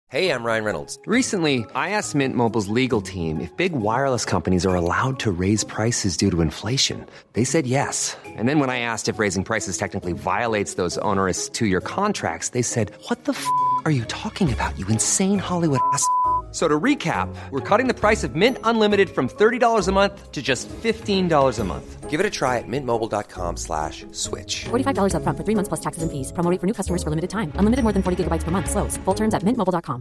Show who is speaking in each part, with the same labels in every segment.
Speaker 1: Hey, I'm Ryan Reynolds.
Speaker 2: Recently, I asked Mint Mobile's legal team if big wireless companies are allowed to raise prices due to inflation. They said yes. And then when I asked if raising prices technically violates those onerous two-year contracts, they said, "What the are you talking about, you insane Hollywood ass?" So to recap, we're cutting the price of Mint Unlimited from $30 a month to just $15 a month.
Speaker 1: Give it a try at mintmobile.com/switch.
Speaker 3: $45 up front for 3 months plus taxes and fees. Promo rate for new customers for limited time. Unlimited more than 40 gigabytes per month. Slows full terms at mintmobile.com.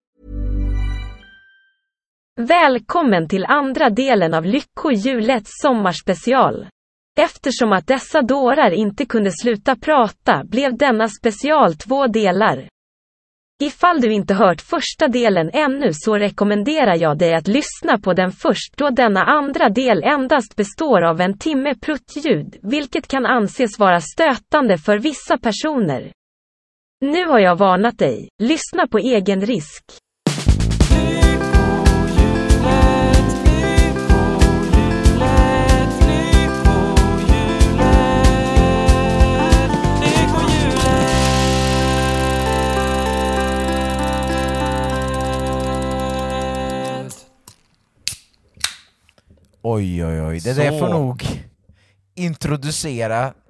Speaker 4: Välkommen till andra delen av Lyckohjulets sommarspecial. Eftersom att dessa dårar inte kunde sluta prata blev denna special 2 delar. Ifall du inte hört första delen ännu så rekommenderar jag dig att lyssna på den först, då denna andra del endast består av 1 timme pruttljud, vilket kan anses vara stötande för vissa personer. Nu har jag varnat dig, lyssna på egen risk.
Speaker 5: Oj, det där får nog introducera.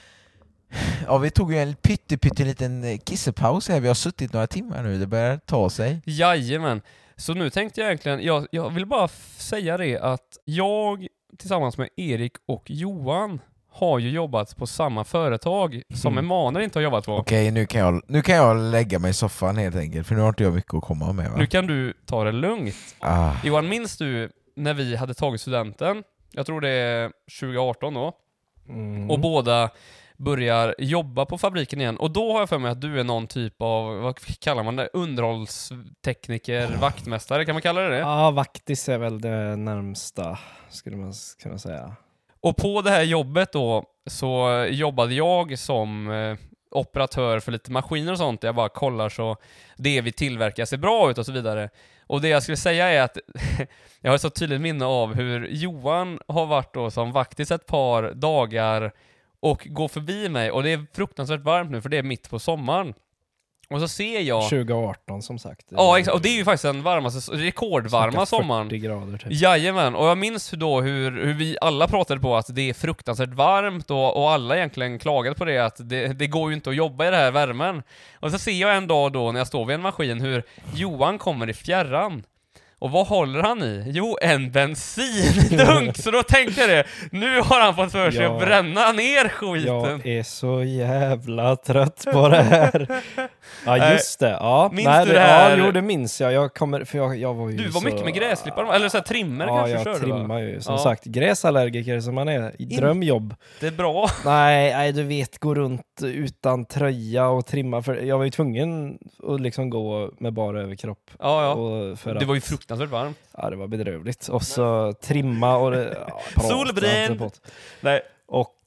Speaker 5: Ja, vi tog ju en pytteliten kissepaus här. Vi har suttit några timmar nu, det börjar ta sig.
Speaker 6: Jajamän. Så nu tänkte jag egentligen, jag vill bara säga det att jag tillsammans med Erik och Johan har ju jobbat på samma företag som Emanuel inte har jobbat på.
Speaker 5: Okej, nu kan jag lägga mig i soffan helt enkelt, för nu har inte jag mycket att komma med, va?
Speaker 6: Nu kan du ta det lugnt. Johan, minns du när vi hade tagit studenten? Jag tror det är 2018 då. Och båda börjar jobba på fabriken igen. Och då har jag för mig att du är någon typ av, vad kallar man det? Underhållstekniker, vaktmästare, kan man kalla det?
Speaker 7: Ja, vaktis är väl det närmsta, skulle man kunna säga.
Speaker 6: Och på det här jobbet då så jobbade jag som operatör för lite maskiner och sånt. Jag bara kollar så det vi tillverkar ser bra ut och så vidare. Och det jag skulle säga är att jag har så tydligt minne av hur Johan har varit då som vaktis ett par dagar och går förbi mig. Och det är fruktansvärt varmt nu för det är mitt på sommaren. Och så ser jag...
Speaker 7: 2018 som sagt.
Speaker 6: Ja, exakt. Och det är ju faktiskt den varmaste, rekordvarma sommaren.
Speaker 7: 40 grader typ.
Speaker 6: Jajamän. Och jag minns då hur vi alla pratade på att det är fruktansvärt varmt och alla egentligen klagade på det, att det går ju inte att jobba i det här värmen. Och så ser jag en dag då när jag står vid en maskin hur Johan kommer i fjärran. Och vad håller han i? Jo, en bensindunk. Så då tänkte jag det. Nu har han fått för sig att bränna ner skiten.
Speaker 7: Jag är så jävla trött på det här. Ja, just det. Ja,
Speaker 6: minns du det här?
Speaker 7: Ja, jo, det minns jag. Jag var ju
Speaker 6: du var
Speaker 7: så...
Speaker 6: mycket med gräsklippare, eller så här trimmer
Speaker 7: ja,
Speaker 6: kanske.
Speaker 7: Jag trimmar ju. Som sagt, gräsallergiker som man är. Drömjobb.
Speaker 6: Det är bra.
Speaker 7: Nej, du vet, gå runt utan tröja och trimma. För jag var ju tvungen att liksom gå med bara överkropp.
Speaker 6: Ja.
Speaker 7: Och
Speaker 6: det var ju fruktansvärt varmt.
Speaker 7: Ja, det var bedrövligt. Och så trimma och det... Ja,
Speaker 6: solbränd! Nej.
Speaker 7: Och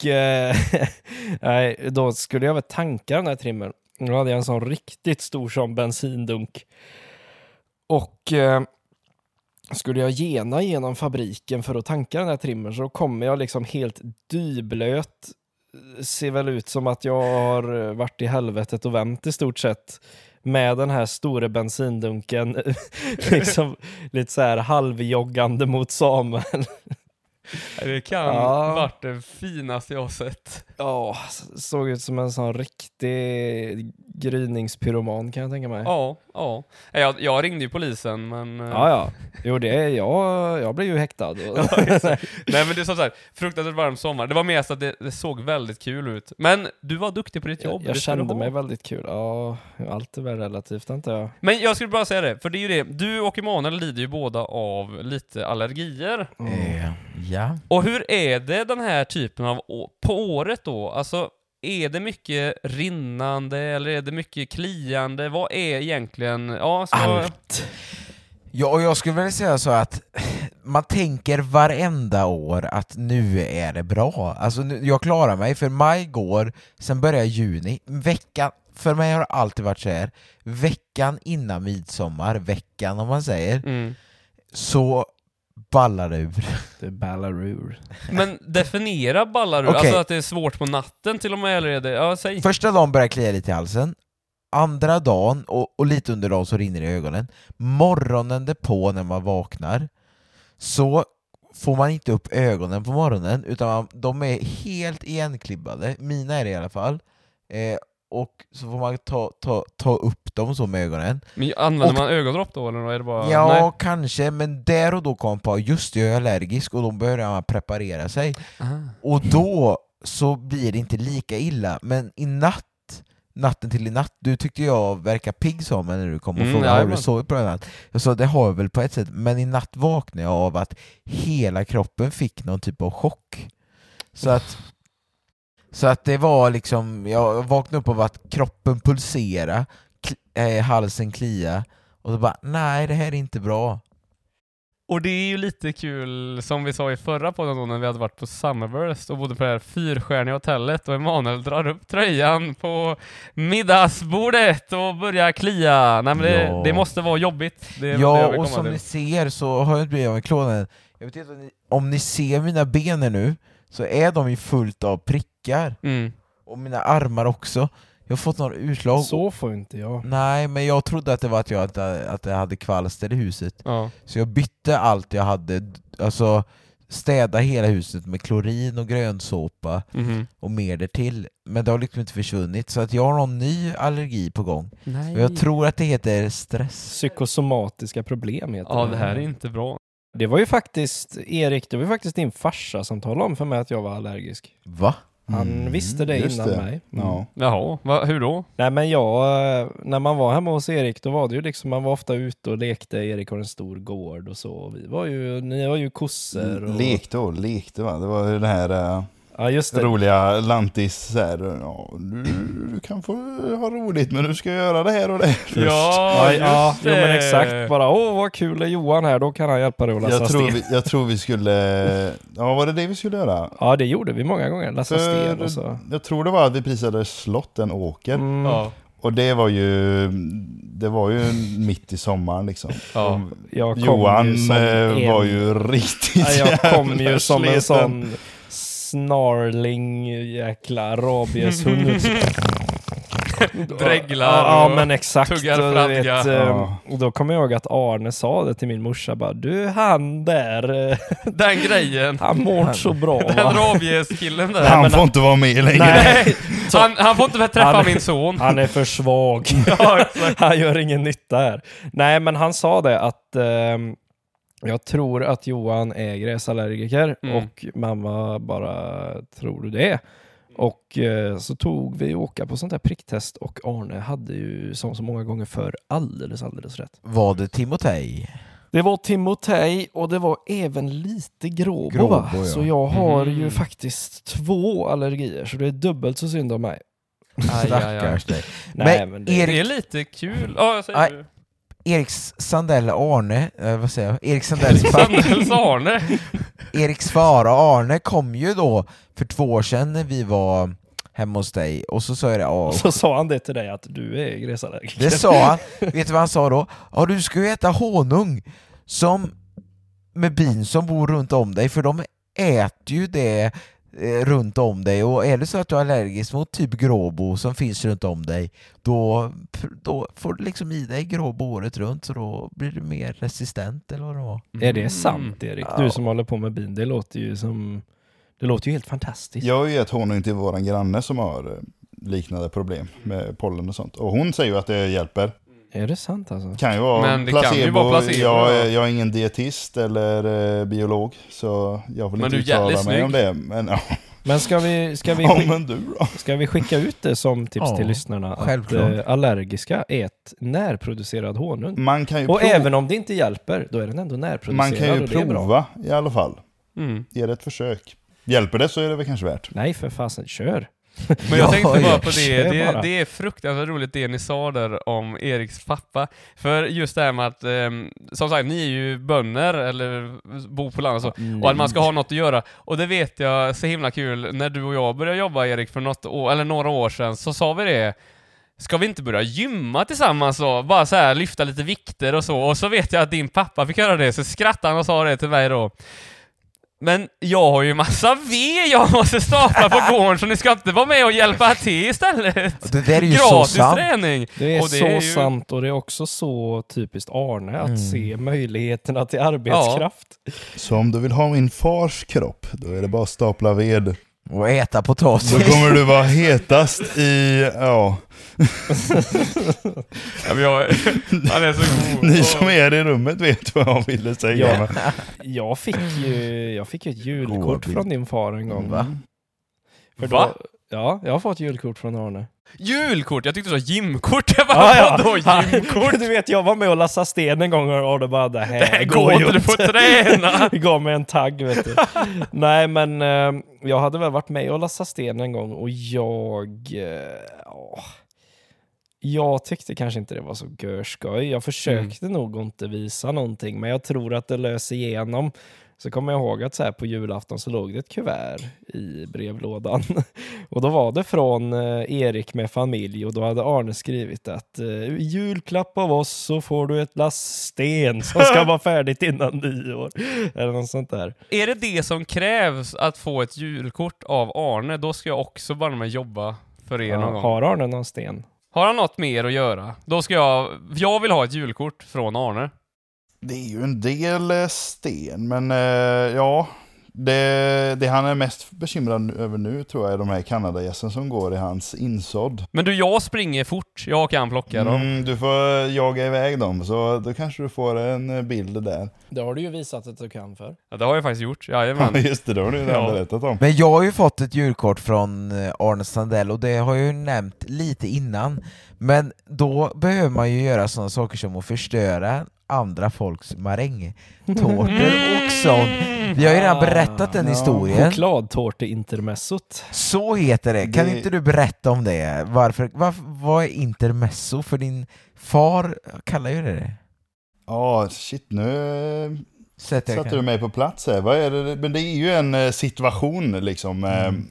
Speaker 7: nej, då skulle jag väl tanka den här trimmern. Då hade jag en sån riktigt stor som bensindunk. Och skulle jag gena genom fabriken för att tanka den här trimmern, så kommer jag liksom helt dyblöt. Ser väl ut som att jag har varit i helvetet och vänt i stort sett. Med den här stora bensindunken liksom lite så här halvjoggande mot Samuel.
Speaker 6: Det kan varit det finaste jag har sett.
Speaker 7: Ja, såg ut som en sån riktig gryningspyroman, kan jag tänka mig.
Speaker 6: Ja. Jag ringde ju polisen, men...
Speaker 7: Ja. Jo, jag blev ju häktad.
Speaker 6: Nej, men det är så här, fruktansvärt varm sommar. Det var mest att det såg väldigt kul ut. Men du var duktig på ditt jobb.
Speaker 7: Jag kände mig väldigt kul. Ja, allt är väl relativt, inte jag.
Speaker 6: Men jag skulle bara säga det, för det är ju det. Du och Emanuel lider ju båda av lite allergier.
Speaker 5: Ja.
Speaker 6: Och hur är det den här typen av på året då? Alltså, är det mycket rinnande eller är det mycket kliande? Vad är egentligen...
Speaker 5: Allt. Ja, och jag skulle väl säga så att man tänker varenda år att nu är det bra. Alltså jag klarar mig, för maj går, sen börjar juni. Veckan, för mig har det alltid varit så här. Veckan innan midsommar, veckan om man säger, så ballar det ur.
Speaker 7: Det ballar ur.
Speaker 6: Men definiera ballar ur.
Speaker 5: Okay.
Speaker 6: Alltså att det är svårt på natten till och med, eller är det... Ja, säg.
Speaker 5: Första dagen börjar klia lite i halsen. andra dagen och lite under dagen så rinner det i ögonen. Morgonen därpå när man vaknar så får man inte upp ögonen på morgonen, utan de är helt igenklibbade. Mina är det i alla fall. Och så får man ta upp dem så med ögonen.
Speaker 6: Men använder man ögondropp då, eller är det bara...
Speaker 5: Ja,
Speaker 6: Nej.
Speaker 5: kanske, men där och då kom på just jag är allergisk, och då börjar man preparera sig. Och då så blir det inte lika illa. Men i natten till i natt, du tyckte jag verkar pigg, sa man när du kom och frågade har du sovit på den natt? Jag sa det har jag väl på ett sätt, men i natt vaknade jag av att hela kroppen fick någon typ av chock. Så att det var liksom, jag vaknade upp av att kroppen pulsera, halsen klia, och så bara, nej det här är inte bra.
Speaker 6: Och det är ju lite kul, som vi sa i förra podden då, när vi hade varit på Summerburst och bodde på det här 4-stjärniga hotellet, och Emanuel drar upp tröjan på middagsbordet och börjar klia. Nej men det måste vara jobbigt.
Speaker 5: Och som ni ser så har jag inte blivit av med klonen. Jag vet inte om ni ser mina ben nu, så är de ju fullt av prickar. Och mina armar också. Jag har fått några utslag.
Speaker 7: Så får inte jag.
Speaker 5: Nej, men jag trodde att det var att jag hade kvalster i huset.
Speaker 6: Ja.
Speaker 5: Så jag bytte allt jag hade. Alltså städa hela huset med klorin och grönsåpa och mer därtill. Men det har liksom inte försvunnit. Så att jag har någon ny allergi på gång.
Speaker 6: Nej.
Speaker 5: Och jag tror att det heter stress.
Speaker 7: Psykosomatiska problem heter det.
Speaker 6: Ja, det här är inte bra.
Speaker 7: Det var ju faktiskt, Erik, det var ju faktiskt din farsa som talade om för mig att jag var allergisk.
Speaker 5: Va?
Speaker 7: Han visste det innan mig.
Speaker 8: Ja.
Speaker 6: Jaha, hur då?
Speaker 7: Nej men när man var hemma hos Erik, då var det ju liksom, man var ofta ute och lekte. Erik har en stor gård och så. Ni var ju kossor. Och...
Speaker 8: Lekte va? Det var ju det här
Speaker 7: just det.
Speaker 8: Roliga lantis så här, ja, du kan få ha roligt, men du ska göra det här och det först.
Speaker 7: Ja, jo, men exakt. Bara, vad kul är Johan här, då kan han hjälpa dig att läsa sten.
Speaker 8: Jag tror vi skulle... Ja, var det vi skulle göra?
Speaker 7: Ja, det gjorde vi många gånger, läsa sten och så.
Speaker 8: Jag tror det var att vi prisade slott en åker.
Speaker 6: Ja.
Speaker 8: Och det var ju mitt i sommaren liksom.
Speaker 6: Ja.
Speaker 8: Johan var ju riktigt
Speaker 7: jag kom ju som
Speaker 8: sliten.
Speaker 7: en sån snarling jäkla rabieshund.
Speaker 6: Dreglar
Speaker 7: ja, men exakt.
Speaker 6: tuggar fradga.
Speaker 7: Då kommer jag ihåg att Arne sa det till min morsa, bara, du, han där
Speaker 6: den grejen,
Speaker 7: han mår inte så bra, va?
Speaker 6: den rabieskillen där.
Speaker 8: Han får inte vara med längre.
Speaker 6: Nej, han får inte träffa min son.
Speaker 7: Han är för svag. Han gör ingen nytta här. Nej, men han sa det att jag tror att Johan är gräsallergiker och mamma bara, tror du det? Och så tog vi åka på sånt här pricktest, och Arne hade ju som så många gånger för alldeles rätt.
Speaker 5: Var det Timotej?
Speaker 7: Det var Timotej, och det var även lite Gråbo, va?
Speaker 5: Ja.
Speaker 7: Så jag har ju faktiskt 2 allergier, så det är dubbelt så synd om mig.
Speaker 5: Stackars dig.
Speaker 7: Nej, men
Speaker 6: det är lite kul. Ja, jag säger du.
Speaker 5: Erik Sandell Arne, vad säger jag? Erik Sandells
Speaker 6: Arne.
Speaker 5: Eriks far Arne kom ju då för 2 år sedan när vi var hemma hos dig, och så sa jag det.
Speaker 7: Och så sa han det till dig att du är gräsallergiker.
Speaker 5: Det sa han. Vet du vad han sa då? Ja, du ska ju äta honung med bin som bor runt om dig, för de äter ju det runt om dig, och är det så att du är allergisk mot typ gråbo som finns runt om dig, då får du liksom i dig gråbo året runt, så då blir du mer resistent, eller vad det var.
Speaker 7: Är det sant, Erik? Du som håller på med bin, det låter ju helt fantastiskt.
Speaker 8: Jag har ju gett honung till våran granne som har liknande problem med pollen och sånt, och hon säger ju att det hjälper.
Speaker 7: Är det sant alltså?
Speaker 8: Kan ju vara
Speaker 6: men det
Speaker 8: placebo.
Speaker 6: Kan ju vara placebo.
Speaker 8: Jag är ingen dietist eller biolog, så jag vill inte uttala mig om det. Men
Speaker 7: ska vi skicka ut det som tips till lyssnarna?
Speaker 5: Självklart.
Speaker 7: Att allergiska ät närproducerad honung.
Speaker 8: Man kan ju
Speaker 7: och även om det inte hjälper, då är den ändå närproducerad.
Speaker 8: Man kan ju prova i alla fall. Ge det ett försök. Hjälper det så är det väl kanske värt.
Speaker 7: Nej, för fasen, kör.
Speaker 6: Men jag tänkte bara på det är fruktansvärt roligt det ni sa där om Eriks pappa. För just det här med att som sagt, ni är ju bönder eller bor på landet och så, och att man ska ha något att göra. Och det vet jag så himla kul, när du och jag började jobba, Erik, för något år, eller några år sedan, så sa vi det. Ska vi inte börja gymma tillsammans och bara så här lyfta lite vikter och så. Och så vet jag att din pappa fick göra det, så skrattade han och sa det till mig då. Men jag har ju massa ved jag måste stapla på gården, så ni ska inte vara med och hjälpa till istället.
Speaker 5: Det där är ju
Speaker 6: gratis
Speaker 5: så sant.
Speaker 6: träning.
Speaker 7: Det är
Speaker 6: och
Speaker 7: så är sant, och det är också så typiskt Arne att se möjligheterna till arbetskraft.
Speaker 8: Så om du vill ha min fars kropp, då är det bara att stapla ved.
Speaker 5: Och äta potatis.
Speaker 8: Då kommer du vara hetast i,
Speaker 6: Han är så god.
Speaker 8: Ni som är i rummet vet vad jag ville säga.
Speaker 7: Jag fick ju ett julkort från din far en gång.
Speaker 5: Va?
Speaker 6: Va?
Speaker 7: Ja, jag har fått julkort från Arne.
Speaker 6: Julkort? Jag tyckte det var gymkort. Jag bara, vadå gymkort?
Speaker 7: Du vet, jag var med och lassade sten en gång och det bara, det här går ju
Speaker 6: inte. Du får träna.
Speaker 7: Det gav mig en tagg, vet du. Nej, men jag hade väl varit med och lassat sten en gång och jag tyckte kanske inte det var så görskoj. Jag försökte nog inte visa någonting, men jag tror att det lös igenom. Så kommer jag ihåg att så här på julafton så låg det ett kuvert i brevlådan. Och då var det från Erik med familj, och då hade Arne skrivit att julklapp av oss så får du ett lass sten som ska vara färdigt innan nyår. Eller något sånt där.
Speaker 6: Är det som krävs att få ett julkort av Arne, då ska jag också bara med jobba för er någon gång.
Speaker 7: Har Arne någon sten?
Speaker 6: Har han något mer att göra? Då ska jag vill ha ett julkort från Arne.
Speaker 8: Det är ju en del sten, men det han är mest bekymrad över nu tror jag är de här kanadagässen som går i hans insådd.
Speaker 6: Men du, jag springer fort. Jag kan plocka dem.
Speaker 8: Du får jaga iväg dem, så då kanske du får en bild där.
Speaker 7: Det har du ju visat att du kan för.
Speaker 6: Ja, det har jag faktiskt gjort. Jajamän.
Speaker 8: Ja, just det har du redan berättat om.
Speaker 5: Men jag har ju fått ett julkort från Arne Sandell, och det har jag ju nämnt lite innan. Men då behöver man ju göra sådana saker som att förstöra andra folks marängtårtor och sånt. Vi har ju redan berättat den historien.
Speaker 7: Chokladtårte-intermessot.
Speaker 5: Så heter det. Kan inte du berätta om det? Vad är intermesso? För din far kallar ju det.
Speaker 8: Nu sätter du mig på plats här. Vad är det? Men det är ju en situation liksom.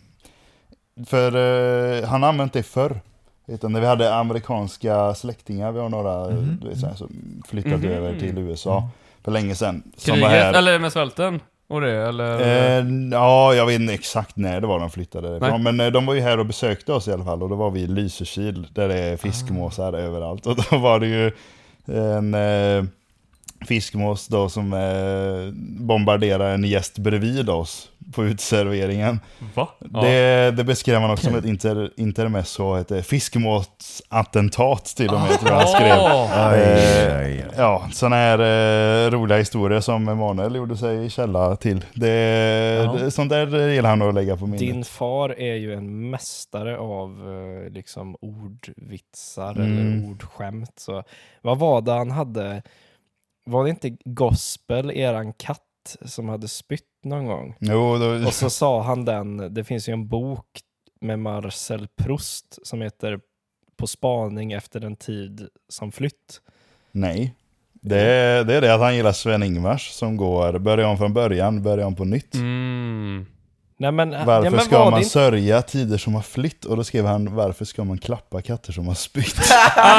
Speaker 8: För han har använt det förr. Utan när vi hade amerikanska släktingar, vi har några som flyttat över till USA för länge sedan.
Speaker 6: Kriget, var här. Eller med svälten? Och det, eller?
Speaker 8: Jag vet inte exakt när det var de flyttade. Men de var ju här och besökte oss i alla fall. Och då var vi i Lysekil, där det är fiskmåsar överallt. Och då var det ju en fiskmås då som bombarderar en gäst bredvid oss på utserveringen.
Speaker 6: Va?
Speaker 8: Det beskrev man också som ett intermesso, ett fiskmåsattentat till och med, tror jag han skrev. Sådana här roliga historier som Emanuel gjorde sig källa till. Sånt där gillar han att lägga på minnet.
Speaker 7: Din far är ju en mästare av liksom ordvitsar eller ordskämt. Så vad var det han hade? Var det inte Gospel, eran katt, som hade spytt någon gång?
Speaker 8: Jo,
Speaker 7: och så sa han det finns ju en bok med Marcel Proust som heter På spaning efter en tid som flytt.
Speaker 8: Nej, det är det att han gillar Sven-Ingvars som går, börjar om från början, börjar om på nytt.
Speaker 7: Nej, men,
Speaker 8: varför ska man sörja tider som har flytt? Och då skrev han, varför ska man klappa katter som har spytt? Tyckte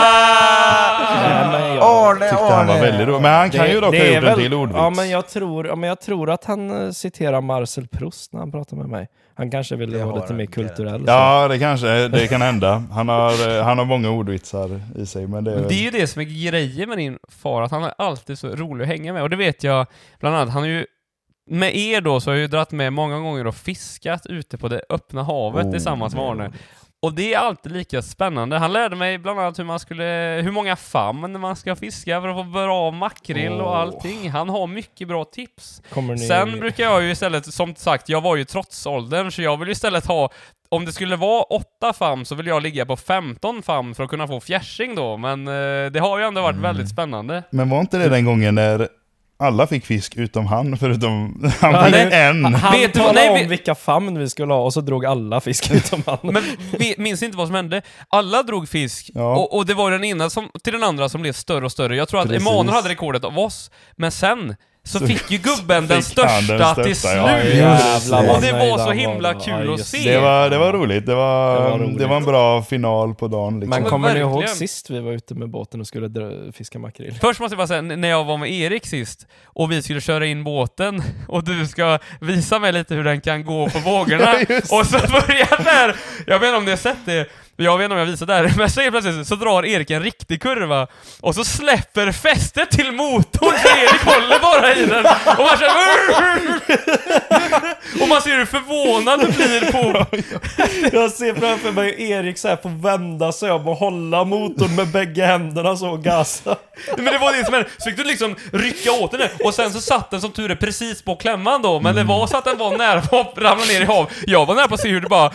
Speaker 8: han var väldigt roligt. Men han kan ju dock ha gjort en till ordvits.
Speaker 7: Ja, men jag tror att han citerar Marcel Proust när han pratar med mig. Han kanske ville vara lite mer kulturell.
Speaker 8: Ja, det kan hända. Han har många ordvitsar i sig. Men det
Speaker 6: är ju det som är grejen med din far, att han är alltid så rolig att hänga med. Och det vet jag, bland annat, han är ju med er då, så har jag ju dratt med många gånger och fiskat ute på det öppna havet tillsammans med Arne. Och det är alltid lika spännande. Han lärde mig bland annat hur många famn man ska fiska för att få bra makrill och allting. Han har mycket bra tips. Sen brukar jag ju istället, som sagt, jag var ju trotsåldern, så jag vill istället ha, om det skulle vara 8 famn så vill jag ligga på 15 famn för att kunna få fjärsing då. Men det har ju ändå varit väldigt spännande.
Speaker 8: Men var inte det den gången när alla fick fisk utom han, förutom han fick en.
Speaker 7: Han talade om vilka famn vi skulle ha och så drog alla fisk utom han.
Speaker 6: Men minns inte vad som hände. Alla drog fisk och det var den ena till den andra som blev större och större. Jag tror att Emanuel hade rekordet av oss. Men sen så fick ju gubben den
Speaker 8: Fick han
Speaker 6: största
Speaker 8: den
Speaker 6: till
Speaker 8: största,
Speaker 6: slut.
Speaker 7: jävlar,
Speaker 6: Och det
Speaker 7: vad
Speaker 6: var så
Speaker 7: nöjd
Speaker 6: himla
Speaker 7: han var.
Speaker 6: kul
Speaker 7: Ja,
Speaker 6: att
Speaker 7: just
Speaker 6: se.
Speaker 8: Det var roligt. Det var en bra final på dagen. Liksom.
Speaker 7: Men
Speaker 6: men
Speaker 7: kommer ni ihåg
Speaker 6: verkligen.
Speaker 7: sist vi var ute med båten och skulle fiska makrill?
Speaker 6: Först måste jag bara säga, när jag var med Erik sist och vi skulle köra in båten och du ska visa mig lite hur den kan gå på vågorna och så börjar där, jag vet inte om ni har sett det, jag vet inte om jag visar där, men så plötsligt så drar Erik en riktig kurva och så släpper fästet till motorn så Erik håller bara i den och man känner och man ser hur förvånad det blir på.
Speaker 7: Jag ser framför mig Erik så här få vända sig om och hålla motorn med bägge händerna så och gasa.
Speaker 6: Men det var det som hände. Så fick du liksom rycka åt den och sen så satt den som tur är precis på klämman då. Men det var så att den var nära på att ramla ner i hav. Jag var nära på att se hur det bara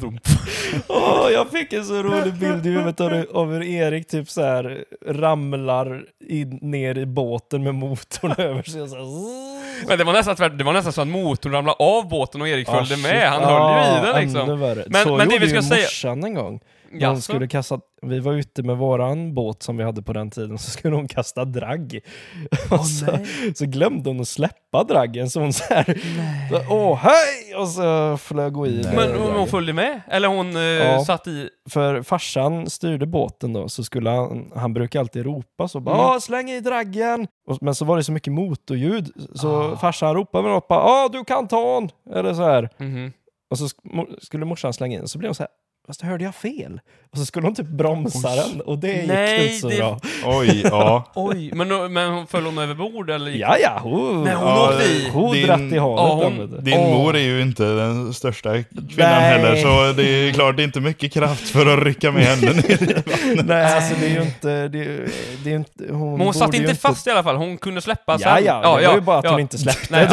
Speaker 7: Jag fick en så rolig bild i huvudet av hur Erik typ så här ramlar ner i båten med motorn över sig och så här.
Speaker 6: Men det var nästan så att motorn ramlade av båten och Erik följde med. Han höll ju i den liksom. Men det vi ska säga
Speaker 7: morsan en gång.
Speaker 6: Jaså?
Speaker 7: Hon skulle kasta, vi var ute med våran båt som vi hade på den tiden, så skulle hon kasta dragg. Och så glömde hon att släppa draggen, så hon så här, hej! Och så flög hon i.
Speaker 6: Men hon följde med? Eller hon satt i?
Speaker 7: För farsan styrde båten då, så skulle han brukar alltid ropa så bara, släng i draggen! Men så var det så mycket motorljud, så farsan ropade med något bara, du kan ta hon! Eller så här. Och så skulle morsan slänga in, så blev hon så här, fast hörde jag fel? Och så skulle hon typ bromsa den, och det gick inte så bra.
Speaker 8: Oj, ja.
Speaker 6: Oj, men hon föll hon över bord eller?
Speaker 7: Ja, hon
Speaker 6: åkte i.
Speaker 7: Hon dratt i havet.
Speaker 8: Din mor är ju inte den största kvinnan heller, så det är klart det är inte mycket kraft för att rycka med henne ner i vattnet.
Speaker 7: Nej, alltså det är ju inte... Det är inte
Speaker 6: men hon satt inte fast i alla fall, hon kunde släppa sen.
Speaker 7: Det var ju bara att hon inte släppte.
Speaker 6: Nej,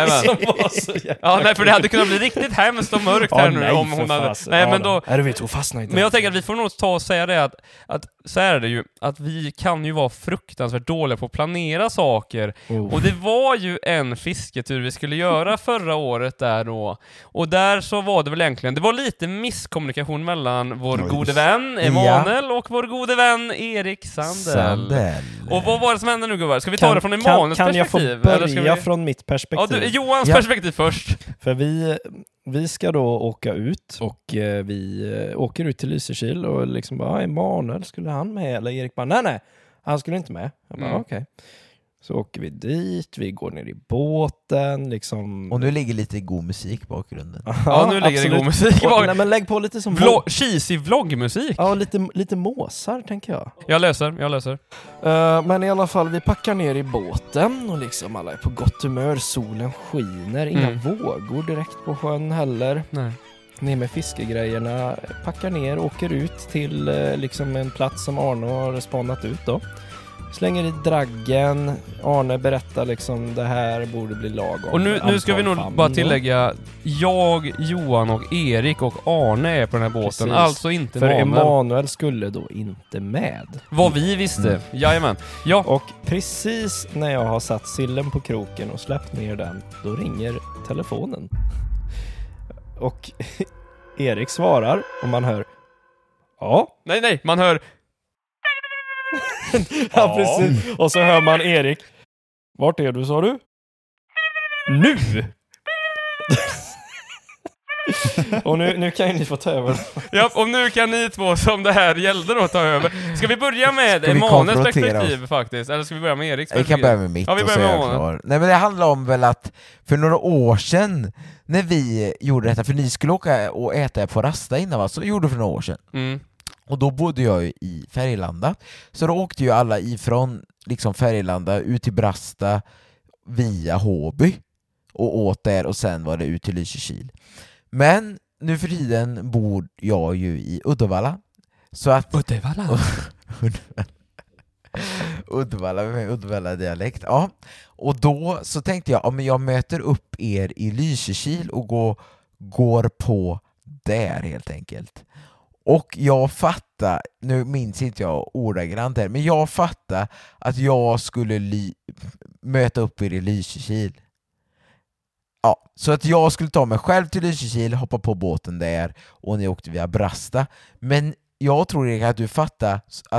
Speaker 7: nej,
Speaker 6: för det hade kunnat bli riktigt hemskt och mörkt här nu om hon hade... Nej, men då... Men jag tänker att vi får nog ta och säga det att så är det ju, att vi kan ju vara fruktansvärt dåliga på att planera saker. Och det var ju en fisketur vi skulle göra förra året där då. Och där så var det väl egentligen, det var lite misskommunikation mellan vår gode vän Emanuel och vår gode vän Erik Sandell. Och vad var det som hände nu, gubbar? Ska vi ta det från Emanuels perspektiv?
Speaker 7: Kan jag få börja från mitt perspektiv?
Speaker 6: Johans perspektiv först.
Speaker 7: För vi ska då åka ut, och vi åker ut till Lysekil och liksom bara, Emanuel, skulle han med? Eller Erik bara, nej, han skulle inte med. Jag bara, okej. Så åker vi dit, vi går ner i båten liksom.
Speaker 5: Och nu ligger lite god musik i bakgrunden.
Speaker 6: Ja, nu ligger det god musik i bakgrunden.
Speaker 7: Nej, men lägg på lite som
Speaker 6: cheesy vloggmusik.
Speaker 7: Ja, lite måsar tänker jag.
Speaker 6: Jag löser.
Speaker 7: Men i alla fall, vi packar ner i båten och liksom alla är på gott humör, solen skiner, inga vågor direkt på sjön heller.
Speaker 6: Nej.
Speaker 7: Ner med fiskegrejerna, packar ner, åker ut till liksom en plats som Arne har spanat ut då. Slänger i draggen, Arne berättar liksom, det här borde bli lagom.
Speaker 6: Och nu ska vi nog bara tillägga, jag, Johan och Erik och Arne är på den här båten. Precis. Alltså inte
Speaker 7: för Emanuel skulle då inte med.
Speaker 6: Vad vi visste, jajamän. Ja.
Speaker 7: Och precis när jag har satt sillen på kroken och släppt ner den, då ringer telefonen. Och Erik svarar och man hör
Speaker 6: Nej, man hör
Speaker 7: ja, precis. Och så hör man Erik. Vart är du, sa du? Nu! Och nu kan ni få ta över.
Speaker 6: Ja, och nu kan ni två som det här gällde då ta över. Ska vi börja med Emanuels perspektiv faktiskt? Eller ska vi börja med Eriks perspektiv?
Speaker 5: Vi kan börja med mitt.
Speaker 6: Vi börjar med
Speaker 5: Nej, men det handlar om väl att för några år sedan när vi gjorde detta, för ni skulle åka och äta på Rasta innan, va? Så gjorde det för några år sedan. Och då bodde jag ju i Färgelanda. Så då åkte ju alla ifrån liksom Färgelanda ut till Brasta via Håby och åt där, och sen var det ut till Lysekil. Men nu för tiden bor jag ju i Uddevalla. Så att Uddevalla med Uddevalla-dialekt. Ja. Och då så tänkte jag, men jag möter upp er i Lysekil och går på där helt enkelt. Och jag fattar, nu minns inte jag ordagrant här, men jag fattar att jag skulle möta upp er i Lysekil. Ja, så att jag skulle ta mig själv till Lysekil, hoppa på båten där, och ni åkte via Brasta. Men jag tror att du fattar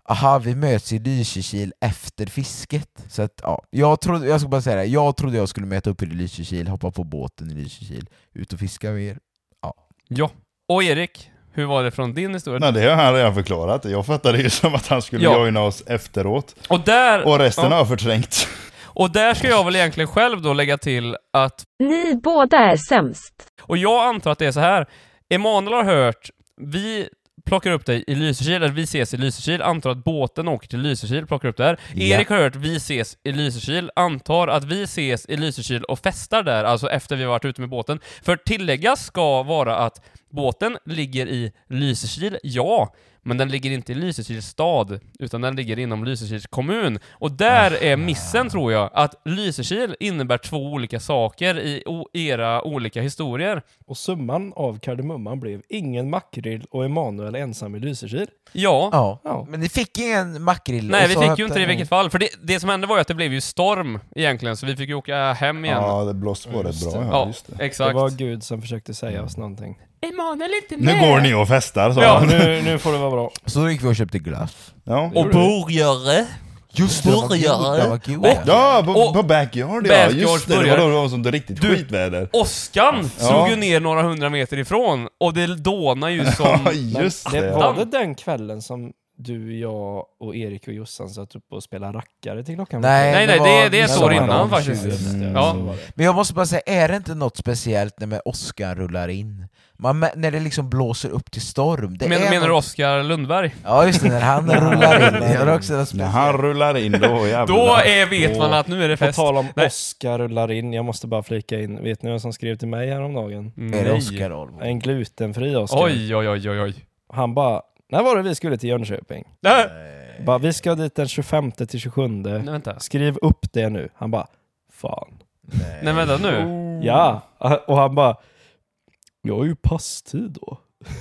Speaker 5: aha, vi möts i Lysekil efter fisket. Så att, ja, jag ska bara säga det, jag trodde jag skulle möta upp i Lysekil, hoppa på båten i Lysekil, ut och fiska med er.
Speaker 6: Ja. Och Erik, hur var det från din historia?
Speaker 8: Nej, det har han redan förklarat. Jag fattade ju som att han skulle joina oss efteråt. Och resten har jag förträngt.
Speaker 6: Och där ska jag väl egentligen själv då lägga till att
Speaker 4: Ni båda är sämst.
Speaker 6: och jag antar att det är så här. Emanuel har hört, vi plockar upp dig i Lysekil, eller vi ses i Lysekil, antar att båten åker till Lysekil, plockar upp där. Erik har hört, vi ses i Lysekil, antar att vi ses i Lysekil och festar där, alltså efter vi har varit ute med båten. För tilläggas ska vara att båten ligger i Lysekil, ja, men den ligger inte i Lysekils stad, utan den ligger inom Lysekils kommun. Och där är missen, tror jag, att Lysekil innebär två olika saker i era olika historier.
Speaker 7: Och summan av kardemumman blev ingen makrill och Emanuel ensam i Lysekil.
Speaker 6: Ja.
Speaker 5: Men ni fick ingen makrill.
Speaker 6: Nej, vi fick ju inte det i vilket fall. För det som hände var ju att det blev ju storm egentligen, så vi fick ju åka hem igen.
Speaker 8: Ja, det blåste på rätt bra.
Speaker 6: Ja,
Speaker 8: just det.
Speaker 6: exakt.
Speaker 7: Det var Gud som försökte säga oss någonting.
Speaker 6: Emanuel är inte med.
Speaker 8: Nu går ni och festar, så.
Speaker 7: Ja, nu får det vara bra.
Speaker 5: Så gick vi och köpte glass.
Speaker 8: Ja.
Speaker 6: Och burgare.
Speaker 5: Just det, var god.
Speaker 8: Ja, på Backyard, ja. Just det, det var sånt riktigt skitväder.
Speaker 6: Åskan slog ju ner några 100 meter ifrån, och det dånar ju som...
Speaker 8: Ja, just det.
Speaker 7: Var det den kvällen som du, jag och Erik och Jossan satt upp och spelade rackare till klockan?
Speaker 6: Nej, det är ett år innan faktiskt. Ja.
Speaker 5: Men jag måste bara säga, är det inte något speciellt när med Oskar rullar in? När det liksom blåser upp till storm.
Speaker 6: Menar du Oskar Lundberg?
Speaker 5: Ja, just det, när han rullar in.
Speaker 8: När han rullar in, då jävlar.
Speaker 6: Då vet man att nu är det fest.
Speaker 7: På tal om Oskar rullar in, jag måste bara flika in. Vet ni vem som skrev till mig häromdagen?
Speaker 5: Är det Oskar Olmo?
Speaker 7: En glutenfri Oskar.
Speaker 6: Oj.
Speaker 7: Han bara, när var det vi skulle till Jönköping?
Speaker 6: Nej.
Speaker 7: Bara, vi ska dit den 25 till 27.
Speaker 6: Nej, vänta.
Speaker 7: Skriv upp det nu. Han bara, fan.
Speaker 6: Nej, vänta nu.
Speaker 7: Ja, och han bara, jag har ju passtid då.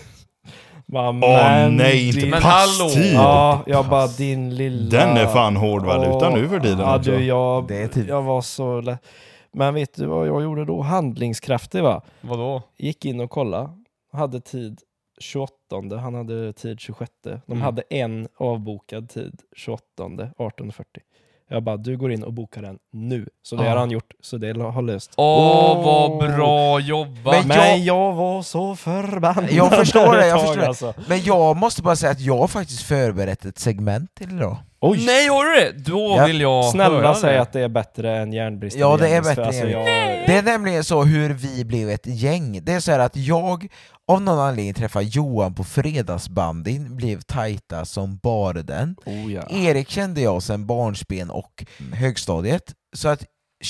Speaker 8: Nej,
Speaker 6: men
Speaker 8: passtid.
Speaker 7: Ja, jag bara, din lilla...
Speaker 8: Den är fan hård valuta nu för tiden.
Speaker 7: Ja,
Speaker 8: också.
Speaker 7: jag var så lätt. Men vet du vad jag gjorde då? Handlingskraftig, va?
Speaker 6: Vadå?
Speaker 7: Gick in och kolla. Hade tid 28. Han hade tid 26. De hade en avbokad tid 28. 18.40. Jag bara, du går in och bokar den nu. Så det har han gjort. Så det har löst.
Speaker 6: Vad bra jobbat.
Speaker 7: Men jag var så förbannad.
Speaker 5: Jag förstår det,
Speaker 7: Alltså.
Speaker 5: Men jag måste bara säga att jag har faktiskt förberett ett segment till idag.
Speaker 7: Oj.
Speaker 6: Nej, har du det? Då vill jag
Speaker 7: Snälla säg att det är bättre än järnbrist.
Speaker 5: Ja, det är bättre.
Speaker 7: Alltså,
Speaker 5: Det är nämligen så hur vi blev ett gäng. Det är så här att jag av någon anledning träffade Johan på fredagsbandin, blev tajta som bara den. Erik kände jag sedan barnsben och högstadiet. Så att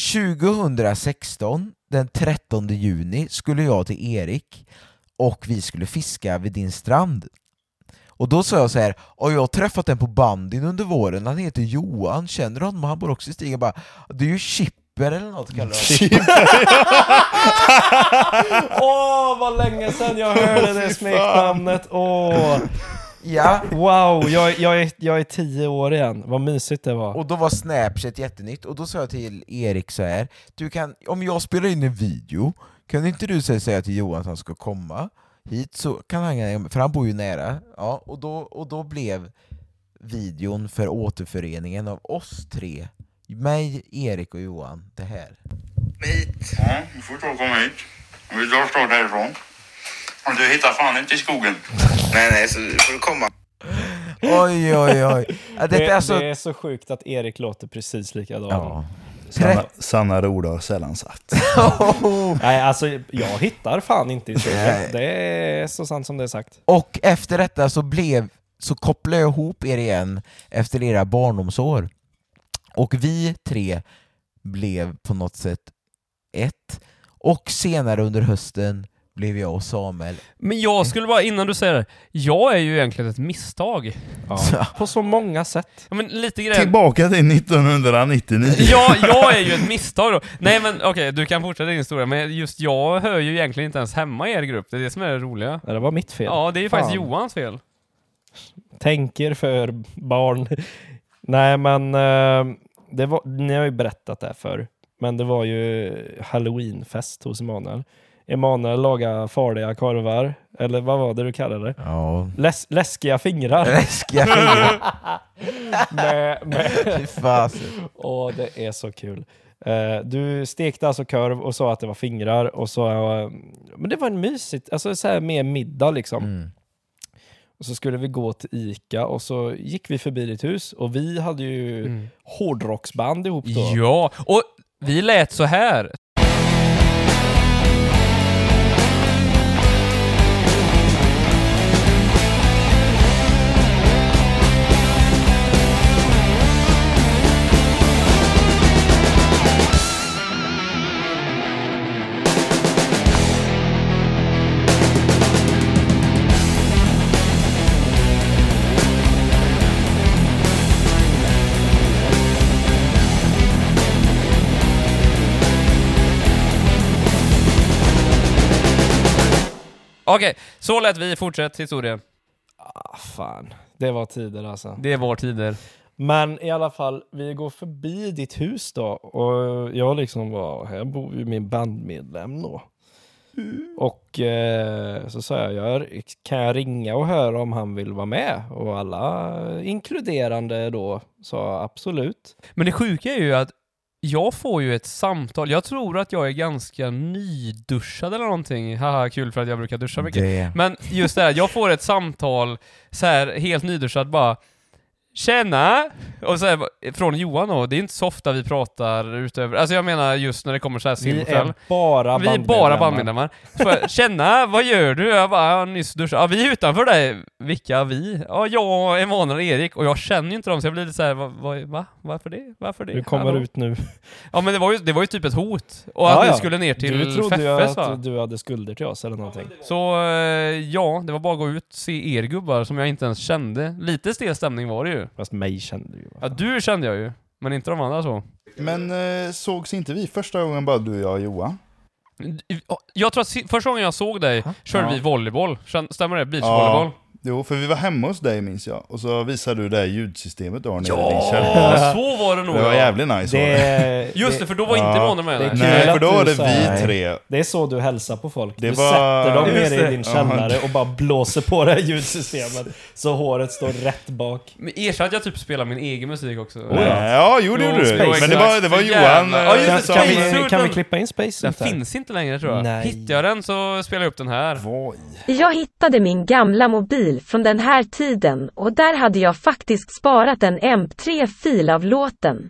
Speaker 5: 2016, den 13 juni, skulle jag till Erik och vi skulle fiska vid din strand. Och då sa jag så här, och jag har träffat den på bandin under våren, han heter Johan, känner du honom? Han bor också i Stigen. Bara, det är ju Chipper eller något kallar det.
Speaker 7: Vad länge sedan jag hörde det smeknamnet.
Speaker 5: Ja.
Speaker 7: Wow, jag är 10 år igen. Vad mysigt det var.
Speaker 5: Och då var Snapchat jättenytt. Och då sa jag till Erik så här, du kan, om jag spelar in en video, kan inte du säga till Johan att han ska komma hit, så kan han, för han bor ju nära. Ja, och då blev videon för återföreningen av oss tre, mig, Erik och Johan, det här.
Speaker 9: Hit. Ja, du får ta och komma hit. Om vi drar snart härifrån. Om du hittar fan inte i skogen. Nej, så får du komma.
Speaker 5: Oj. Ja, det är
Speaker 7: så sjukt att Erik låter precis likadan.
Speaker 5: Ja.
Speaker 8: Sanna ord har sällan sagt.
Speaker 7: Nej, alltså jag hittar fan inte i skogen. Det är så sant som det är sagt.
Speaker 5: Och efter detta så kopplade jag ihop er igen efter era barndomsår. Och vi tre blev på något sätt ett. Och senare under hösten blev jag och Samuel.
Speaker 6: Men jag skulle bara, innan du säger det, jag är ju egentligen ett misstag.
Speaker 7: Ja. På så många sätt.
Speaker 6: Ja, men lite grejer.
Speaker 8: Tillbaka till 1999.
Speaker 6: Ja, jag är ju ett misstag då. Nej, men okej, du kan fortsätta din historia. Men just jag hör ju egentligen inte ens hemma i er grupp. Det är det som är det roliga.
Speaker 7: Ja, det var mitt fel.
Speaker 6: Ja, det är ju faktiskt Johans fel.
Speaker 7: Tänker för barn. Nej, men ni har ju berättat det för. Men det var ju Halloweenfest hos Emanuel. Emanuel laga farliga korvar. Eller vad var det du kallade det?
Speaker 5: Ja.
Speaker 7: Läskiga fingrar.
Speaker 5: Läskiga fingrar.
Speaker 7: med
Speaker 5: Fasen.
Speaker 7: Åh, det är så kul. Du stekte alltså korv och sa att det var fingrar. Och så, men det var en mysigt, alltså så här med middag liksom. Och så skulle vi gå till Ica och så gick vi förbi ditt hus. Och vi hade ju hårdrocksband ihop då.
Speaker 6: Ja, och vi lät så här. Okej, så lät vi. Fortsätt historien.
Speaker 7: Fan, det var tider alltså.
Speaker 6: Det var tider.
Speaker 7: Men i alla fall, vi går förbi ditt hus då. Och jag liksom var, här bor ju min bandmedlem då. Och så sa jag, kan jag ringa och höra om han vill vara med? Och alla inkluderande då sa absolut.
Speaker 6: Men det sjuka är ju att jag får ju ett samtal. Jag tror att jag är ganska nyduschad eller någonting. Haha, kul för att jag brukar duscha mycket. Men just det här, jag får ett samtal så här helt nyduschad bara tjena! Och så här, från Johan då, det är inte så ofta vi pratar utöver, alltså jag menar just när det kommer så här simkväll.
Speaker 7: Vi är bara
Speaker 6: bandmedlemmar. Så tjena, vad gör du? Jag bara, jag nyss duschat. Ja, vi är utanför dig. Vilka vi? Ja, jag, Emanuel och Erik. Och jag känner ju inte dem, så jag blir lite så här, va? Varför det? Varför det?
Speaker 7: Du kommer ut nu.
Speaker 6: Ja, men det var ju typ ett hot. Och att vi skulle ner till
Speaker 7: du trodde
Speaker 6: Feffes,
Speaker 7: att du hade skulder till oss eller någonting.
Speaker 6: Så ja, det var bara att gå ut, se er gubbar som jag inte ens kände. Lite stel stämning var det ju.
Speaker 7: Fast mig kände du ju.
Speaker 6: Ja, du kände jag ju. Men inte de andra så.
Speaker 8: Men sågs inte vi första gången bara du, jag och Johan?
Speaker 6: Jag tror att första gången jag såg dig körde vi volleyboll. Stämmer det? Beachvolleyboll?
Speaker 8: Jo, för vi var hemma hos dig minns jag. Och så visade du det här ljudsystemet då.
Speaker 6: Ja, så var det nog.
Speaker 8: Det var jävligt nice.
Speaker 6: Just det, för då var inte Emanuel med.
Speaker 8: Nej, för då var det vi tre.
Speaker 7: Det är så du hälsar på folk.
Speaker 8: Det
Speaker 7: du
Speaker 8: var...
Speaker 7: sätter dem nere i din källare och bara blåser på det här ljudsystemet. Så håret står rätt bak.
Speaker 6: Men erkänn att jag typ spelar min egen musik också.
Speaker 8: Ja, jo, det gjorde du. Men det var Johan.
Speaker 7: Kan vi klippa in Space?
Speaker 6: Den finns inte längre tror jag.
Speaker 7: Nej.
Speaker 6: Hittar jag den så spelar jag upp den här.
Speaker 4: Jag hittade min gamla mobil från den här tiden och där hade jag faktiskt sparat en MP3-fil av låten.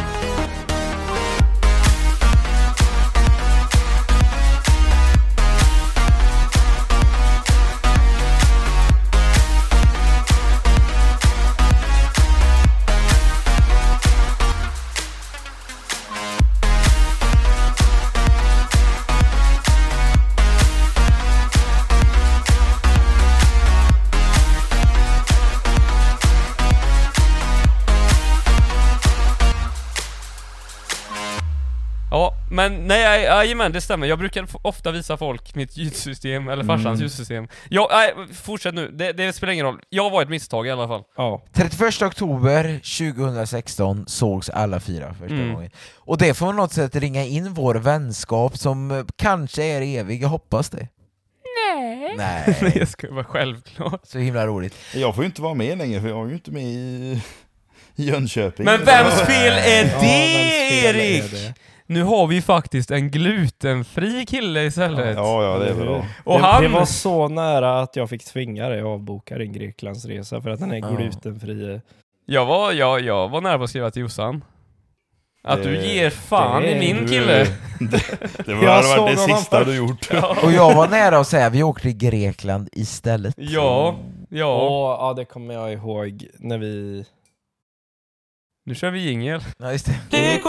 Speaker 6: Ja, men nej, men det stämmer. Jag brukar ofta visa folk mitt ljudsystem eller farsans ljudsystem. Ja, fortsätt nu. Det spelar ingen roll. Jag var ett misstag i alla fall.
Speaker 5: Ja. 31 oktober 2016 sågs alla fyra första gången. Och det får något sätt ringa in vår vänskap som kanske är evig. Jag hoppas det. Nej.
Speaker 6: Det ska vara självklart.
Speaker 5: Så himla roligt.
Speaker 8: Jag får ju inte vara med längre för jag är ju inte med i Jönköping.
Speaker 6: Men vems fel är det, Erik? Nu har vi faktiskt en glutenfri kille istället.
Speaker 8: Ja, det är bra.
Speaker 6: Och
Speaker 7: det var så nära att jag fick tvinga dig att avboka din Greklandsresa för att den är glutenfri.
Speaker 6: Jag var nära på att skriva till Jossan att du ger fan i min kille.
Speaker 8: Det var det sista du gjort.
Speaker 5: Och jag var nära att säga vi åker till Grekland istället.
Speaker 6: Ja.
Speaker 7: Ja, det kommer jag ihåg när vi...
Speaker 6: Nu kör vi jingel.
Speaker 5: Ja, just det.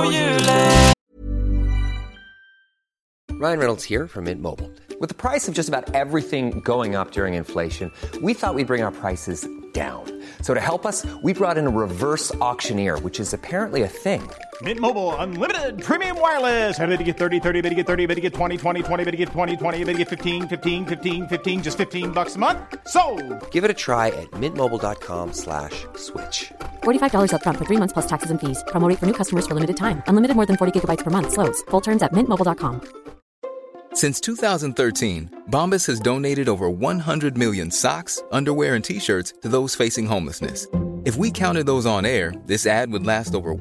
Speaker 2: Ryan Reynolds here from Mint Mobile. With the price of just about everything going up during inflation, we thought we'd bring our prices down. So to help us, we brought in a reverse auctioneer, which is apparently a thing.
Speaker 10: Mint Mobile Unlimited Premium Wireless. How to get 30, 30, bit to get 30, bit to get 20, 20, 20, bit to get 20, 20, bit to get 15, 15, 15, 15, just $15 a month? Sold!
Speaker 1: Give it a try at mintmobile.com/switch.
Speaker 3: $45 up front for 3 months plus taxes and fees. Promo rate for new customers for limited time. Unlimited more than 40 gigabytes per month slows. Full terms at mintmobile.com.
Speaker 11: Since 2013, Bombas has donated over 100 million socks, underwear, and T-shirts to those facing homelessness. If we counted those on air, this ad would last over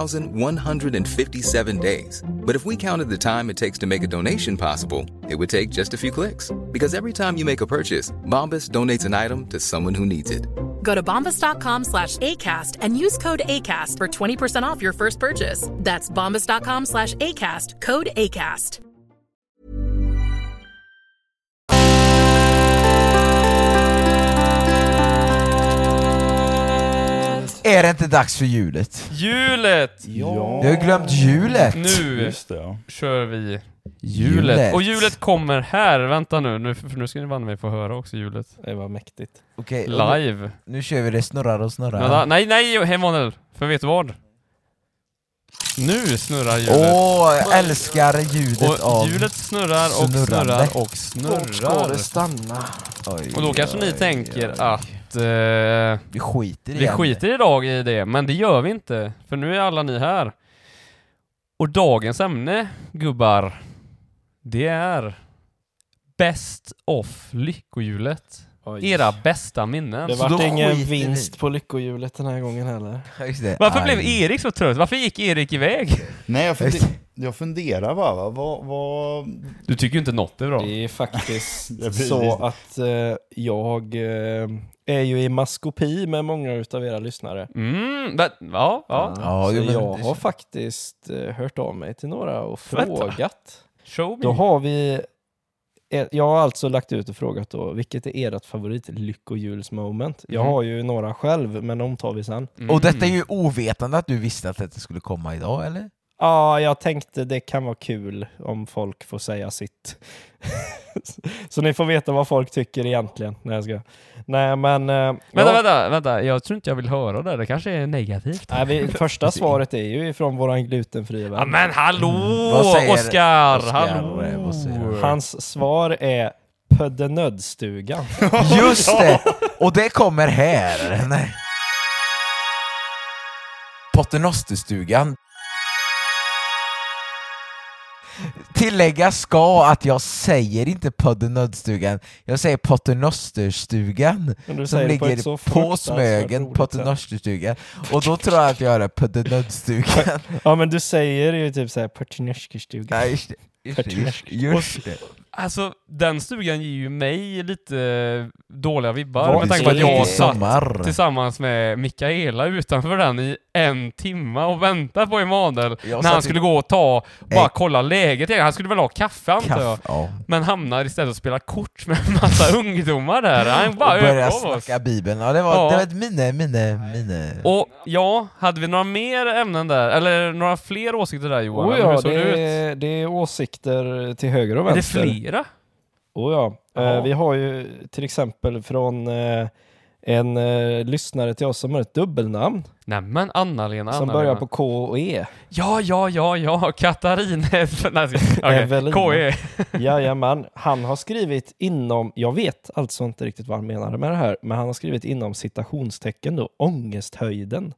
Speaker 11: 1,157 days. But if we counted the time it takes to make a donation possible, it would take just a few clicks. Because every time you make a purchase, Bombas donates an item to someone who needs it.
Speaker 12: Go to bombas.com/ACAST and use code ACAST for 20% off your first purchase. That's bombas.com/ACAST, code ACAST.
Speaker 5: Är det inte dags för julet?
Speaker 6: Julet!
Speaker 8: Ja.
Speaker 5: Du har glömt julet.
Speaker 6: Nu
Speaker 8: Just det, ja.
Speaker 6: kör vi julet. Och julet kommer här. Vänta nu för nu ska ni vann mig få höra också julet.
Speaker 7: Det var mäktigt.
Speaker 5: Okej,
Speaker 6: Live.
Speaker 5: Nu kör vi det snurrar och snurrar.
Speaker 6: Vänta, nej, Emanuel. För vet du vad? Nu snurrar julet.
Speaker 5: Jag älskar ljudet
Speaker 6: och
Speaker 5: av
Speaker 6: hjulet snurrar och
Speaker 5: snurrande.
Speaker 6: snurrar och snurrar.
Speaker 7: Ska det stanna?
Speaker 6: Och då kanske ni tänker att
Speaker 5: vi
Speaker 6: skiter idag i det, men det gör vi inte. För nu är alla ni här. Och dagens ämne, gubbar, det är Best of lyckohjulet. Era bästa minnen.
Speaker 7: Det var ingen vinst på lyckohjulet den här gången heller.
Speaker 6: Varför blev Erik så trött? Varför gick Erik iväg?
Speaker 8: Nej, jag funderar bara. Vad...
Speaker 6: Du tycker ju inte något är bra.
Speaker 7: Det är faktiskt så att jag är ju i maskopi med många utav era lyssnare.
Speaker 6: Ja.
Speaker 7: Så jag har faktiskt hört av mig till några och frågat.
Speaker 6: Show me.
Speaker 7: Då har vi... Jag har alltså lagt ut och frågat då, vilket är ert favorit lyckohjulsmoment? Jag har ju några själv, men de tar vi sen.
Speaker 5: Och detta är ju ovetande att du visste att det skulle komma idag, eller?
Speaker 7: Ja, jag tänkte det kan vara kul om folk får säga sitt. Så ni får veta vad folk tycker egentligen. Nej, men...
Speaker 6: Vänta. Jag tror inte jag vill höra det. Det kanske är negativt.
Speaker 7: Nej, första svaret är ju från våran glutenfria vän.
Speaker 6: Ja, men hallå! Oskar! Hallå!
Speaker 7: Hans svar är Pöddenödstugan.
Speaker 5: Just det! Och det kommer här. Nej. Paternosterstugan. Tillägga ska att jag säger inte Paternosterstugan. Jag säger Paternosterstugan. Som ligger på Smögen, Paternosterstugan. Och då tror jag att jag är Paternosterstugan.
Speaker 7: Ja, men du säger ju typ såhär Paternosterstugan.
Speaker 5: Nej, just det.
Speaker 6: Alltså, den stugan ger ju mig lite dåliga vibbar. Med tanke på att jag satt tillsammans med Mikaela utanför den i 1 timme och väntade på Emanuel när han skulle gå och bara kolla läget. Han skulle väl ha kaffe, antar jag. Ja. Men hamnar istället och spelar kort med en massa ungdomar där. Han bara
Speaker 5: började snacka Bibeln. Ja, det var ett minne.
Speaker 6: Och hade vi några mer ämnen där? Eller några fler åsikter där, Johan?
Speaker 7: Det är åsikter till höger och vänster.
Speaker 6: Är det flera?
Speaker 7: Vi har ju till exempel från en lyssnare till oss som har ett dubbelnamn.
Speaker 6: Nämen, Anna-Lena.
Speaker 7: Som börjar på K och E.
Speaker 6: Ja, Katarina. K-E.
Speaker 7: Jajamän, han har skrivit inom, jag vet alltså inte riktigt vad han menade med det här, men han har skrivit inom citationstecken då, ångesthöjden.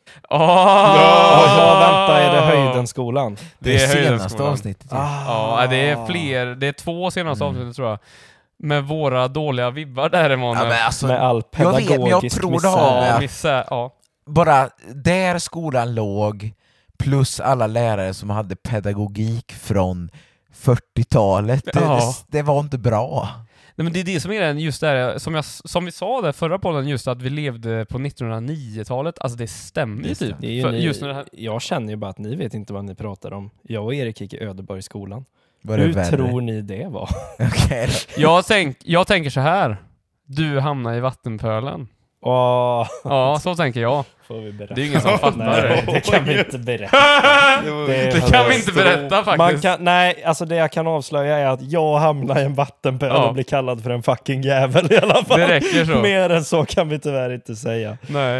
Speaker 7: Vänta, är det höjdenskolan?
Speaker 5: Det är senaste avsnittet.
Speaker 6: Ja, det är fler. Det är 2 senaste avsnitt, tror jag. Med våra dåliga vibbar där,
Speaker 7: med all pedagogisk
Speaker 5: jag tror det har med bara där skolan låg, plus alla lärare som hade pedagogik från 40-talet. Det var inte bra.
Speaker 6: Nej, men det är det som är den, just där, som vi sa där förra podden, just att vi levde på 1909-talet. Alltså det stämmer ju typ.
Speaker 7: Just här... Jag känner ju bara att ni vet inte vad ni pratar om. Jag och Erik gick i Ödeborgsskolan. Hur tror ni det var?
Speaker 5: Okay.
Speaker 6: Jag tänker så här. Du hamnar i vattenpölen. Ja, så tänker jag.
Speaker 7: Får vi berätta?
Speaker 6: Det är ingen som fattar det.
Speaker 7: Det kan vi inte berätta.
Speaker 6: Det kan vi inte berätta faktiskt.
Speaker 7: Alltså det jag kan avslöja är att jag hamnar i en vattenpöl och blir kallad för en fucking jävel i alla fall.
Speaker 6: Det räcker så.
Speaker 7: Mer än så kan vi tyvärr inte säga.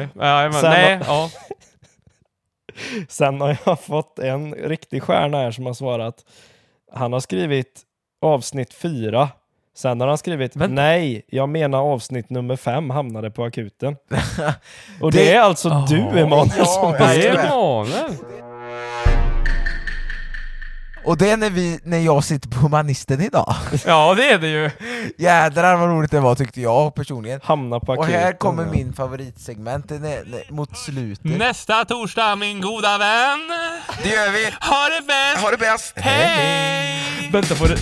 Speaker 7: Sen har jag fått en riktig stjärna här som har svarat. Han har skrivit avsnitt 4. Sen har han skrivit, nej, jag menar avsnitt nummer 5 hamnade på akuten. Och det är alltså du, Emanuel, som
Speaker 6: det är Emanuel.
Speaker 5: Och det är när jag sitter på humanisten idag.
Speaker 6: Ja, det är det ju.
Speaker 5: Jädrar vad roligt det var tyckte jag personligen.
Speaker 7: Hamna på
Speaker 5: Och
Speaker 7: akuten,
Speaker 5: här kommer min favoritsegment mot slutet.
Speaker 6: Nästa torsdag, min goda vän.
Speaker 5: Det gör vi.
Speaker 6: Ha det bäst.
Speaker 5: Ha det bäst.
Speaker 6: Hej. Vänta på det.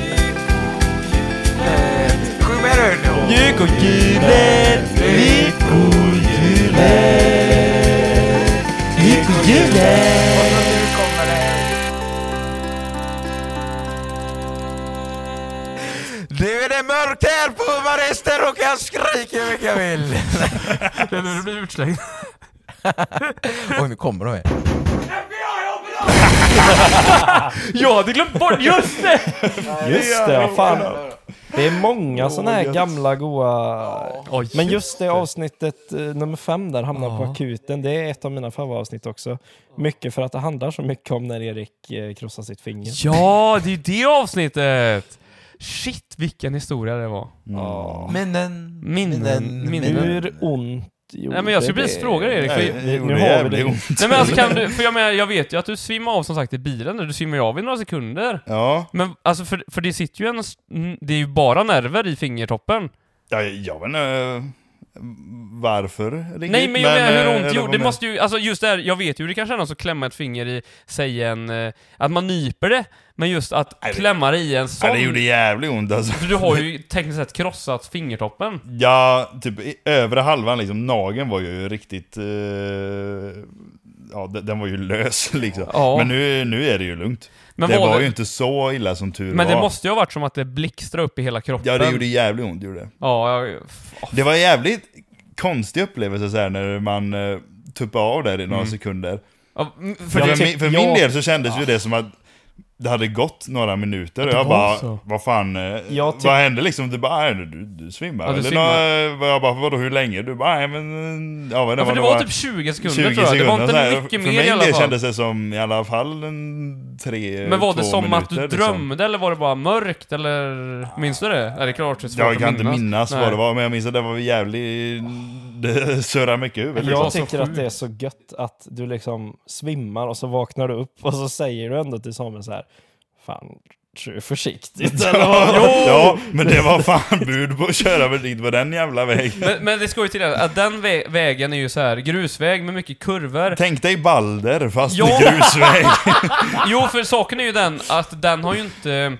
Speaker 5: Sjung med dig nu.
Speaker 7: Lyckohjulet, lyckohjulet, lyckohjulet.
Speaker 5: Och nu kommer det. Nu är det mörkt här på humanisten och jag skriker hur mycket jag vill.
Speaker 6: Det är nu det blir utslängd.
Speaker 5: Oj, nu kommer de här.
Speaker 6: Jag hade glömt bort, just det!
Speaker 7: Just det, vad fan. Det är många såna här gamla goa... Men just det avsnittet nummer 5 där, hamnar på akuten, det är ett av mina favoritavsnitt också. Mycket för att det handlar så mycket om när Erik krossar sitt finger.
Speaker 6: Ja, det är ju det avsnittet! Shit, vilken historia det var. Minnen.
Speaker 7: Hur ont gjorde
Speaker 6: Nej, men jag skulle precis fråga dig, Erik.
Speaker 7: Nu har vi det.
Speaker 6: Nej, men alltså, kan du, för jag vet ju att du svimmar av som sagt i bilen. Du svimmar av i några sekunder.
Speaker 8: Ja.
Speaker 6: Men alltså, för det sitter ju det är ju bara nerver i fingertoppen.
Speaker 8: Ja, jag vet inte varför riktigt.
Speaker 6: Nej, men jag menar hur ont gjorde. Det måste ju, alltså just där, jag vet ju det kan kännas att klämma ett finger i, säg att man nyper det. Men just att klämma det i en sån...
Speaker 8: Ja, det gjorde jävligt ont alltså.
Speaker 6: För du har ju tekniskt sett krossat fingertoppen.
Speaker 8: Ja, typ i övre halvan liksom, nageln var ju riktigt... ja, den var ju lös liksom. Ja. Men nu är det ju lugnt. Men det var ju inte så illa som tur var.
Speaker 6: Men det måste ju ha varit som att det blixtrade upp i hela kroppen.
Speaker 8: Ja, det gjorde jävligt ont, gjorde det.
Speaker 6: Ja,
Speaker 8: det var jävligt konstig upplevelse så här, när man tuppade av där i några sekunder.
Speaker 6: Ja,
Speaker 8: för min del så kändes ju det som att det hade gått några minuter och jag bara, vad fan, vad hände liksom? Du bara, du svimmar.
Speaker 6: Ja,
Speaker 8: jag bara, vadå, hur länge? Du bara, men...
Speaker 6: Ja, för det var typ 20 sekunder tror jag. Det var inte mycket mer i alla fall.
Speaker 8: För mig kändes det som i alla fall 3-2
Speaker 6: Men var det som
Speaker 8: minuter,
Speaker 6: att du drömde liksom. Eller var det bara mörkt? Eller minns du det? Är det klart? Det
Speaker 8: jag kan inte minnas vad det var, men jag minns att det var jävligt... Det surrar mycket huvud.
Speaker 7: Liksom. Jag tycker att det är så gött att du liksom svimmar och så vaknar du upp och så säger du ändå till Samuel så här: fan, kör försiktigt.
Speaker 8: Ja, men det var fan bud på att köra väl dit på den jävla vägen.
Speaker 6: Men det ska ju till att den vägen är ju så här grusväg med mycket kurvor.
Speaker 8: Tänk dig Balder fast grusväg.
Speaker 6: Jo, för saken är ju den att den har ju inte...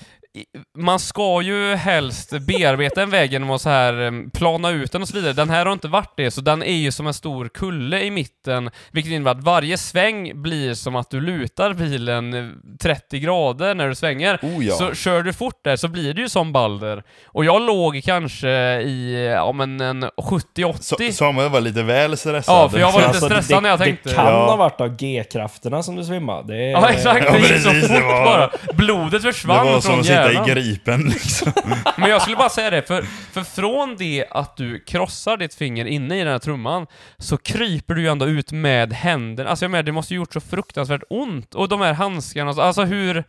Speaker 6: Man ska ju helst bearbeta en väg genom att så här plana ut den och så vidare. Den här har inte varit det, så den är ju som en stor kulle i mitten, vilket innebär att varje sväng blir som att du lutar bilen 30 grader när du svänger. Så kör du fort där så blir det ju som Balder. Och jag låg kanske i en 70-80.
Speaker 8: Samuel var lite väl stressad.
Speaker 6: Ja, för jag var lite stressad när jag tänkte.
Speaker 7: Det kan ha varit av G-krafterna som du svimmade.
Speaker 6: Ja, exakt. Det gick så fort bara. Blodet försvann från hjärnan.
Speaker 8: I gripen liksom.
Speaker 6: Men jag skulle bara säga det, för från det att du krossar ditt finger inne i den här trumman så kryper du ju ändå ut med händerna. Alltså jag menar, det måste ju gjort så fruktansvärt ont. Och de här handskarna, alltså hur...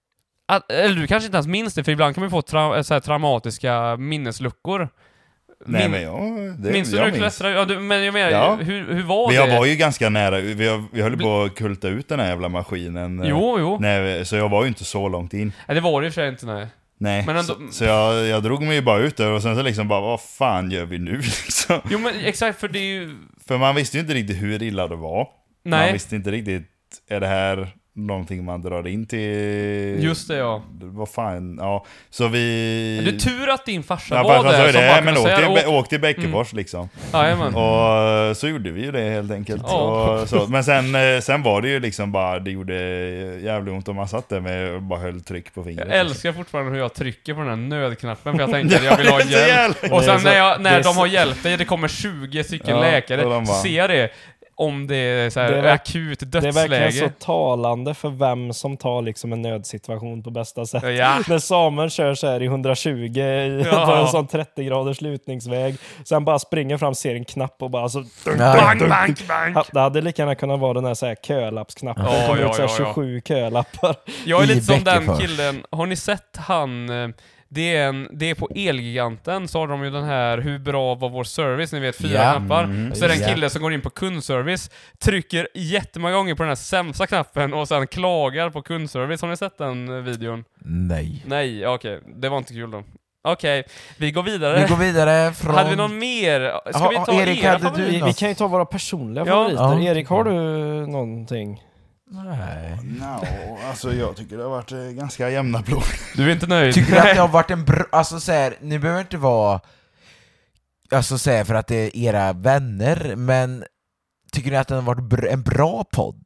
Speaker 6: Eller du kanske inte ens minns det, för ibland kan man ju få så här traumatiska minnesluckor.
Speaker 8: Nej, men
Speaker 6: minns du när du klättrade? Ja, men jag menar, hur var det?
Speaker 8: Jag var ju ganska nära, vi höll på att kulta ut den här jävla maskinen.
Speaker 6: Jo.
Speaker 8: Så jag var ju inte så långt in.
Speaker 6: Nej, det var det ju för sig inte,
Speaker 8: nej. Men ändå... Så jag drog mig ju bara ut där och sen så liksom bara, vad fan gör vi nu liksom?
Speaker 6: Jo, men exakt, för det är ju...
Speaker 8: För man visste ju inte riktigt hur illa det var.
Speaker 6: Nej.
Speaker 8: Man visste inte riktigt, är det här någonting man drar in till...
Speaker 6: Just det, ja.
Speaker 8: Vad fan, ja. Så vi...
Speaker 6: Det är tur att din farsa var där.
Speaker 8: Men åk till Bäckefors liksom.
Speaker 6: Jajamän.
Speaker 8: Och så gjorde vi ju det helt enkelt. Och så. Men sen var det ju liksom bara, det gjorde jävligt ont om man satt där med och bara höll tryck på fingret.
Speaker 6: Jag älskar fortfarande hur jag trycker på den här nödknappen, för jag tänkte att jag vill ha hjälp. Och sen när de har hjälpt dig, det kommer 20 stycken läkare, så ser jag det. Om det är så här akut dödsläge.
Speaker 7: Det är verkligen så talande för vem som tar liksom en nödsituation på bästa sätt. Ja. När Samuel kör så här i 120 på en sån 30 graders lutningsväg, sen bara springer fram, ser en knapp och bara så bang. Det hade lika gärna kunnat vara den här, så här kölappsknappen. Det kommer ut så här 27 kölappar.
Speaker 6: Jag är lite som den killen. Har ni sett han Det är på Elgiganten, så har de ju den här hur bra var vår service, ni vet 4 knappar. Så är det en kille som går in på kundservice, trycker jättemånga gånger på den här sämsta knappen och sen klagar på kundservice. Har ni sett den videon? Nej, okej. Det var inte kul då. Okej, vi går vidare från... Hade vi någon mer? Ska vi ta
Speaker 5: Erik,
Speaker 7: vi kan ju ta våra personliga favoriter. Erik, har du någonting?
Speaker 5: Nej.
Speaker 8: Alltså jag tycker det har varit ganska jämna blå.
Speaker 6: Du är inte nöjd?
Speaker 5: Tycker du att det har varit en bra... Alltså så här, ni behöver inte vara... Alltså så här, för att det är era vänner, men tycker ni att det har varit en bra podd?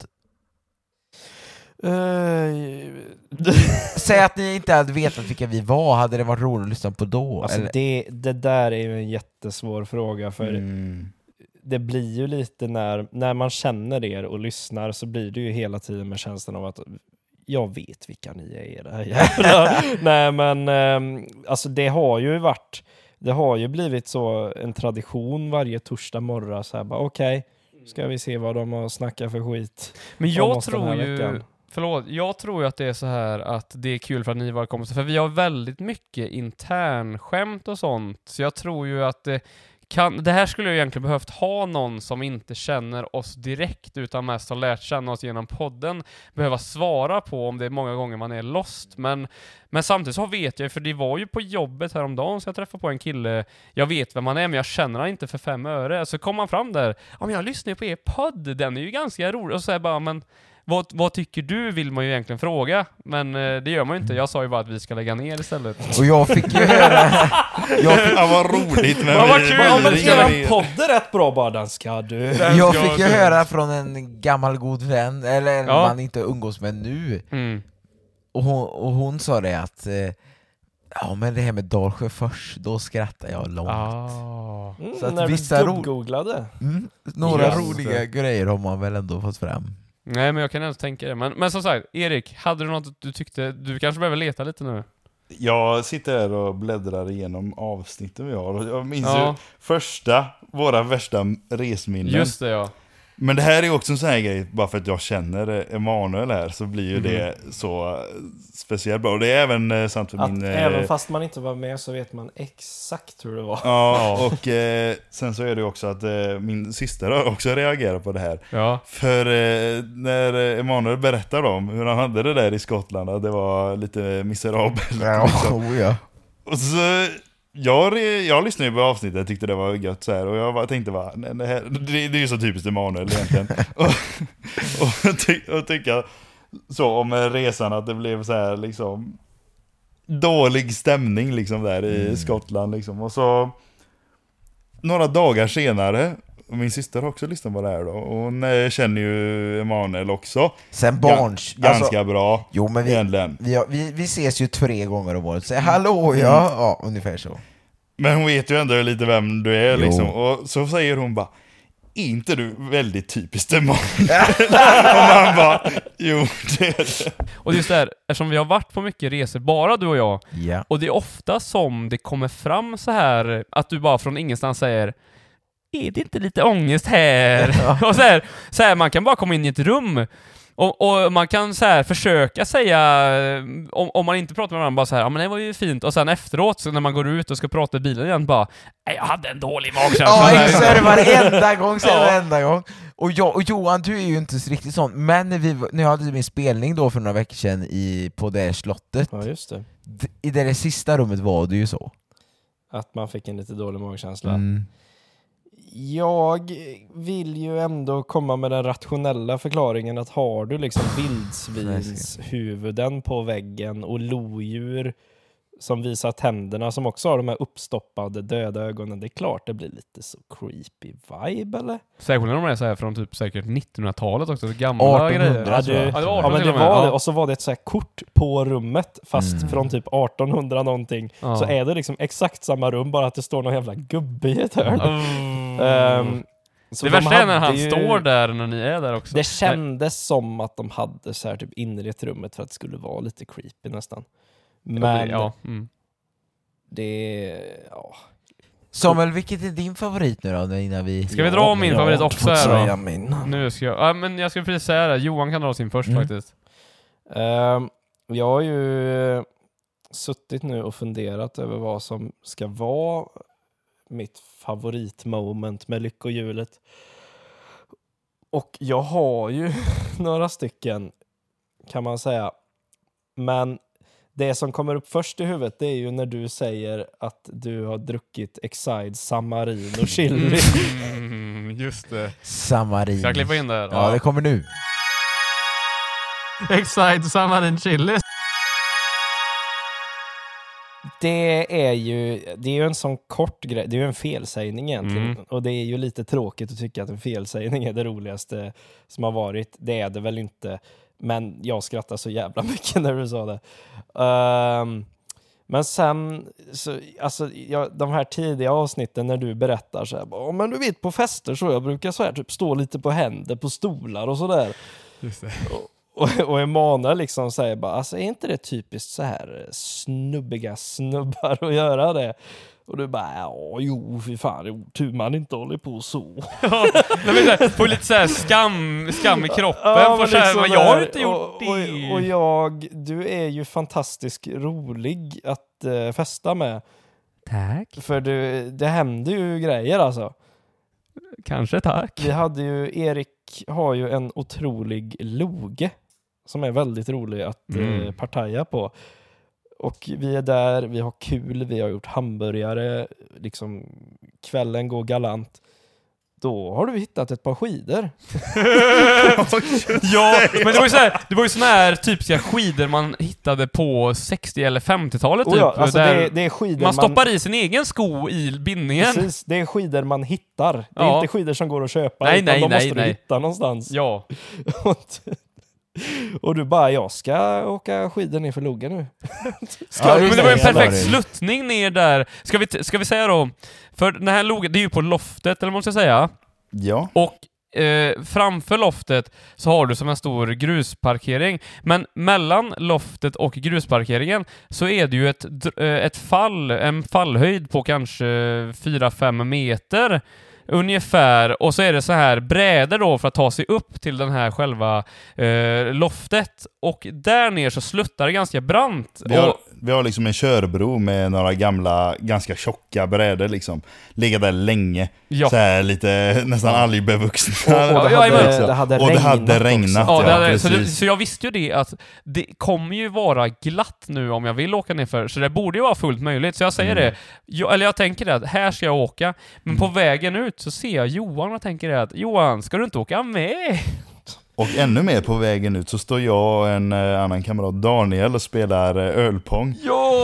Speaker 5: Säg att ni inte hade vetat vilka vi var, hade det varit roligt att lyssna på då?
Speaker 7: Alltså det där är ju en jättesvår fråga, för det blir ju lite när man känner er och lyssnar, så blir det ju hela tiden med känslan av att jag vet vilka ni är det här. Nej men alltså det har ju blivit så en tradition varje torsdag morgon så här bara okej, ska vi se vad de har snackat för skit.
Speaker 6: Men jag tror ju att det är så här att det är kul för att ni var kompisar, för vi har väldigt mycket internskämt och sånt, så jag tror ju att det här skulle jag egentligen behövt ha någon som inte känner oss direkt utan mest har lärt känna oss genom podden behöva svara på om det är många gånger man är lost, men samtidigt så vet jag, för det var ju på jobbet häromdagen så jag träffade på en kille, jag vet vem man är men jag känner han inte för 5 öre, så kom han fram där, ja men jag lyssnar ju på er podd, den är ju ganska rolig, och så är bara, men vad tycker du, vill man ju egentligen fråga, men det gör man ju inte. Jag sa ju bara att vi ska lägga ner istället.
Speaker 5: Och jag fick ju höra...
Speaker 8: vad roligt, men
Speaker 7: vad kul! Podden rätt bra, bara den ska du.
Speaker 5: Jag fick ju höra från en gammal god vän, eller en man inte umgås med nu. Och hon sa det att ja, men det här med Dalsjö först, då skrattar jag långt. Så att
Speaker 7: när
Speaker 5: vissa
Speaker 7: googlade.
Speaker 5: Några roliga grejer har man väl ändå fått fram.
Speaker 6: Nej, men jag kan inte tänka det. Men som sagt, Erik, hade du något du tyckte, du kanske behöver leta lite nu?
Speaker 8: Jag sitter här och bläddrar igenom avsnitten vi har, och jag minns ju våra värsta resminnen.
Speaker 6: Just det, ja.
Speaker 8: Men det här är också en sån här grej, bara för att jag känner Emanuel här, så blir ju det så speciellt bra. Och det är även sant för min...
Speaker 7: Även fast man inte var med så vet man exakt hur det var.
Speaker 8: Ja, och sen så är det också att min syster har också reagerat på det här.
Speaker 6: Ja.
Speaker 8: För när Emanuel berättade om hur han hade det där i Skottland, det var lite miserabelt.
Speaker 5: Ja.
Speaker 8: Och så... Jag lyssnade på avsnittet, jag tyckte det var gött så här, och jag tänkte det är ju så typiskt Emanuel egentligen. och tycka så om resan, att det blev så här liksom dålig stämning liksom där i Skottland liksom. Och så några dagar senare, och min syster har också lyssnat på det här då, och hon känner ju Emanuel också.
Speaker 5: Sen
Speaker 8: ganska bra.
Speaker 5: Jo, men vi ses ju 3 gånger om året. Säg hallå, ja, ungefär så.
Speaker 8: Men hon vet ju ändå lite vem du är liksom. Och så säger hon bara, är inte du väldigt typiskt Emanuel? Och man bara, jo, det är det.
Speaker 6: Och just där, eftersom vi har varit på mycket resor, bara du och jag, och det är ofta som det kommer fram så här att du bara från ingenstans säger, är det inte lite ångest här? Och så här, man kan bara komma in i ett rum och man kan så här försöka säga, om man inte pratar med varandra, bara så här, ja men det var ju fint, och sen efteråt så när man går ut och ska prata i bilen igen, bara, jag hade en dålig magkänsla.
Speaker 5: Ja, så är det varenda gång. Och Johan, du är ju inte riktigt sån, men när jag hade min spelning då för några veckor sedan på det här slottet.
Speaker 7: Ja, just det.
Speaker 5: I det sista rummet var det ju så.
Speaker 7: Att man fick en lite dålig magkänsla. Jag vill ju ändå komma med den rationella förklaringen att har du liksom vildsvinshuvuden på väggen och lodjur som visar tänderna, som också har de här uppstoppade döda ögonen, det är klart det blir lite så creepy vibe, eller?
Speaker 6: Särskilt när de är så här från typ säkert 1900-talet också, gamla
Speaker 5: 1800
Speaker 6: grejer.
Speaker 7: Ja, men det var det. Och så var det ett så här kort på rummet, fast från typ 1800 någonting. Så är det liksom exakt samma rum, bara att det står någon jävla gubbe i ett hörn.
Speaker 6: Så det värsta är när han står där när ni är där också.
Speaker 7: Det kändes som att de hade så här typ inrett rummet för att det skulle vara lite creepy nästan. Men det...
Speaker 5: Samuel, vilket är din favorit nu då? Innan vi...
Speaker 6: Ska vi dra min favorit också här då?
Speaker 7: Min.
Speaker 6: Nu ska jag... men jag ska precis säga det. Johan kan dra sin först faktiskt.
Speaker 7: Jag har ju suttit nu och funderat över vad som ska vara mitt favoritmoment med lyckohjulet. Och jag har ju några stycken, kan man säga. Men det som kommer upp först i huvudet, det är ju när du säger att du har druckit Excide Samarin och chili.
Speaker 6: Just det.
Speaker 5: Samarin.
Speaker 6: Ska jag klippa in där?
Speaker 5: Ja, det kommer nu.
Speaker 6: Excide Samarin chili.
Speaker 7: Det är ju en sån kort grej. Det är ju en felsägning egentligen. Och det är ju lite tråkigt att tycka att en felsägning är det roligaste som har varit. Det är det väl inte. Men jag skrattar så jävla mycket när du sa det. Men sen, så, alltså, de här tidiga avsnitten när du berättar så här, men du vet på fester så jag brukar så här, typ stå lite på händer på stolar och sådär. Just det. Och Emanuel liksom säger bara, alltså är inte det typiskt så här snubbiga snubbar att göra det? Och du bara, ja, jo, fy fan, tur man inte håller på så.
Speaker 6: Får lite så här skam i kroppen. Ja, för så här, liksom, jag har inte gjort det.
Speaker 7: Och du är ju fantastiskt rolig att festa med.
Speaker 6: Tack.
Speaker 7: För det händer ju grejer alltså.
Speaker 6: Kanske, tack.
Speaker 7: Vi hade ju, Erik har ju en otrolig loge som är väldigt rolig att partaja på. Och vi är där, vi har kul, vi har gjort hamburgare, liksom kvällen går galant. Då har du hittat ett par skidor.
Speaker 6: Ja, men det var ju såna här typiska skidor man hittade på 60 eller 50-talet typ.
Speaker 7: Ja, alltså
Speaker 6: där
Speaker 7: det är skidor
Speaker 6: man stoppar i sin egen sko i bindningen.
Speaker 7: Precis, det är skidor man hittar. Det är inte skidor som går att köpa.
Speaker 6: Nej,
Speaker 7: de måste du hitta någonstans.
Speaker 6: Ja.
Speaker 7: Och du bara, jag ska åka skidor ner för loggen nu.
Speaker 6: Men det var en perfekt sluttning ner där. Ska vi säga då, för den här loggen, det är ju på loftet, eller måste jag säga?
Speaker 8: Ja.
Speaker 6: Och framför loftet så har du som en stor grusparkering. Men mellan loftet och grusparkeringen så är det ju en fallhöjd på kanske 4-5 meter ungefär, och så är det så här brädor då för att ta sig upp till den här själva loftet, och där ner så sluttar det ganska brant.
Speaker 8: Vi har liksom en körbro med några gamla, ganska tjocka brädor liksom. Ligger där länge. Ja. Så här lite nästan algbevuxna.
Speaker 7: Och det hade regnat.
Speaker 6: Ja, så jag visste ju det att det kommer ju vara glatt nu om jag vill åka ner för. Så det borde ju vara fullt möjligt. Så jag säger det. Jag tänker det att här ska jag åka. Men på vägen ut så ser jag Johan och tänker det att Johan, ska du inte åka med?
Speaker 8: Och ännu mer på vägen ut så står jag och en annan kamrat, Daniel, och spelar ölpong.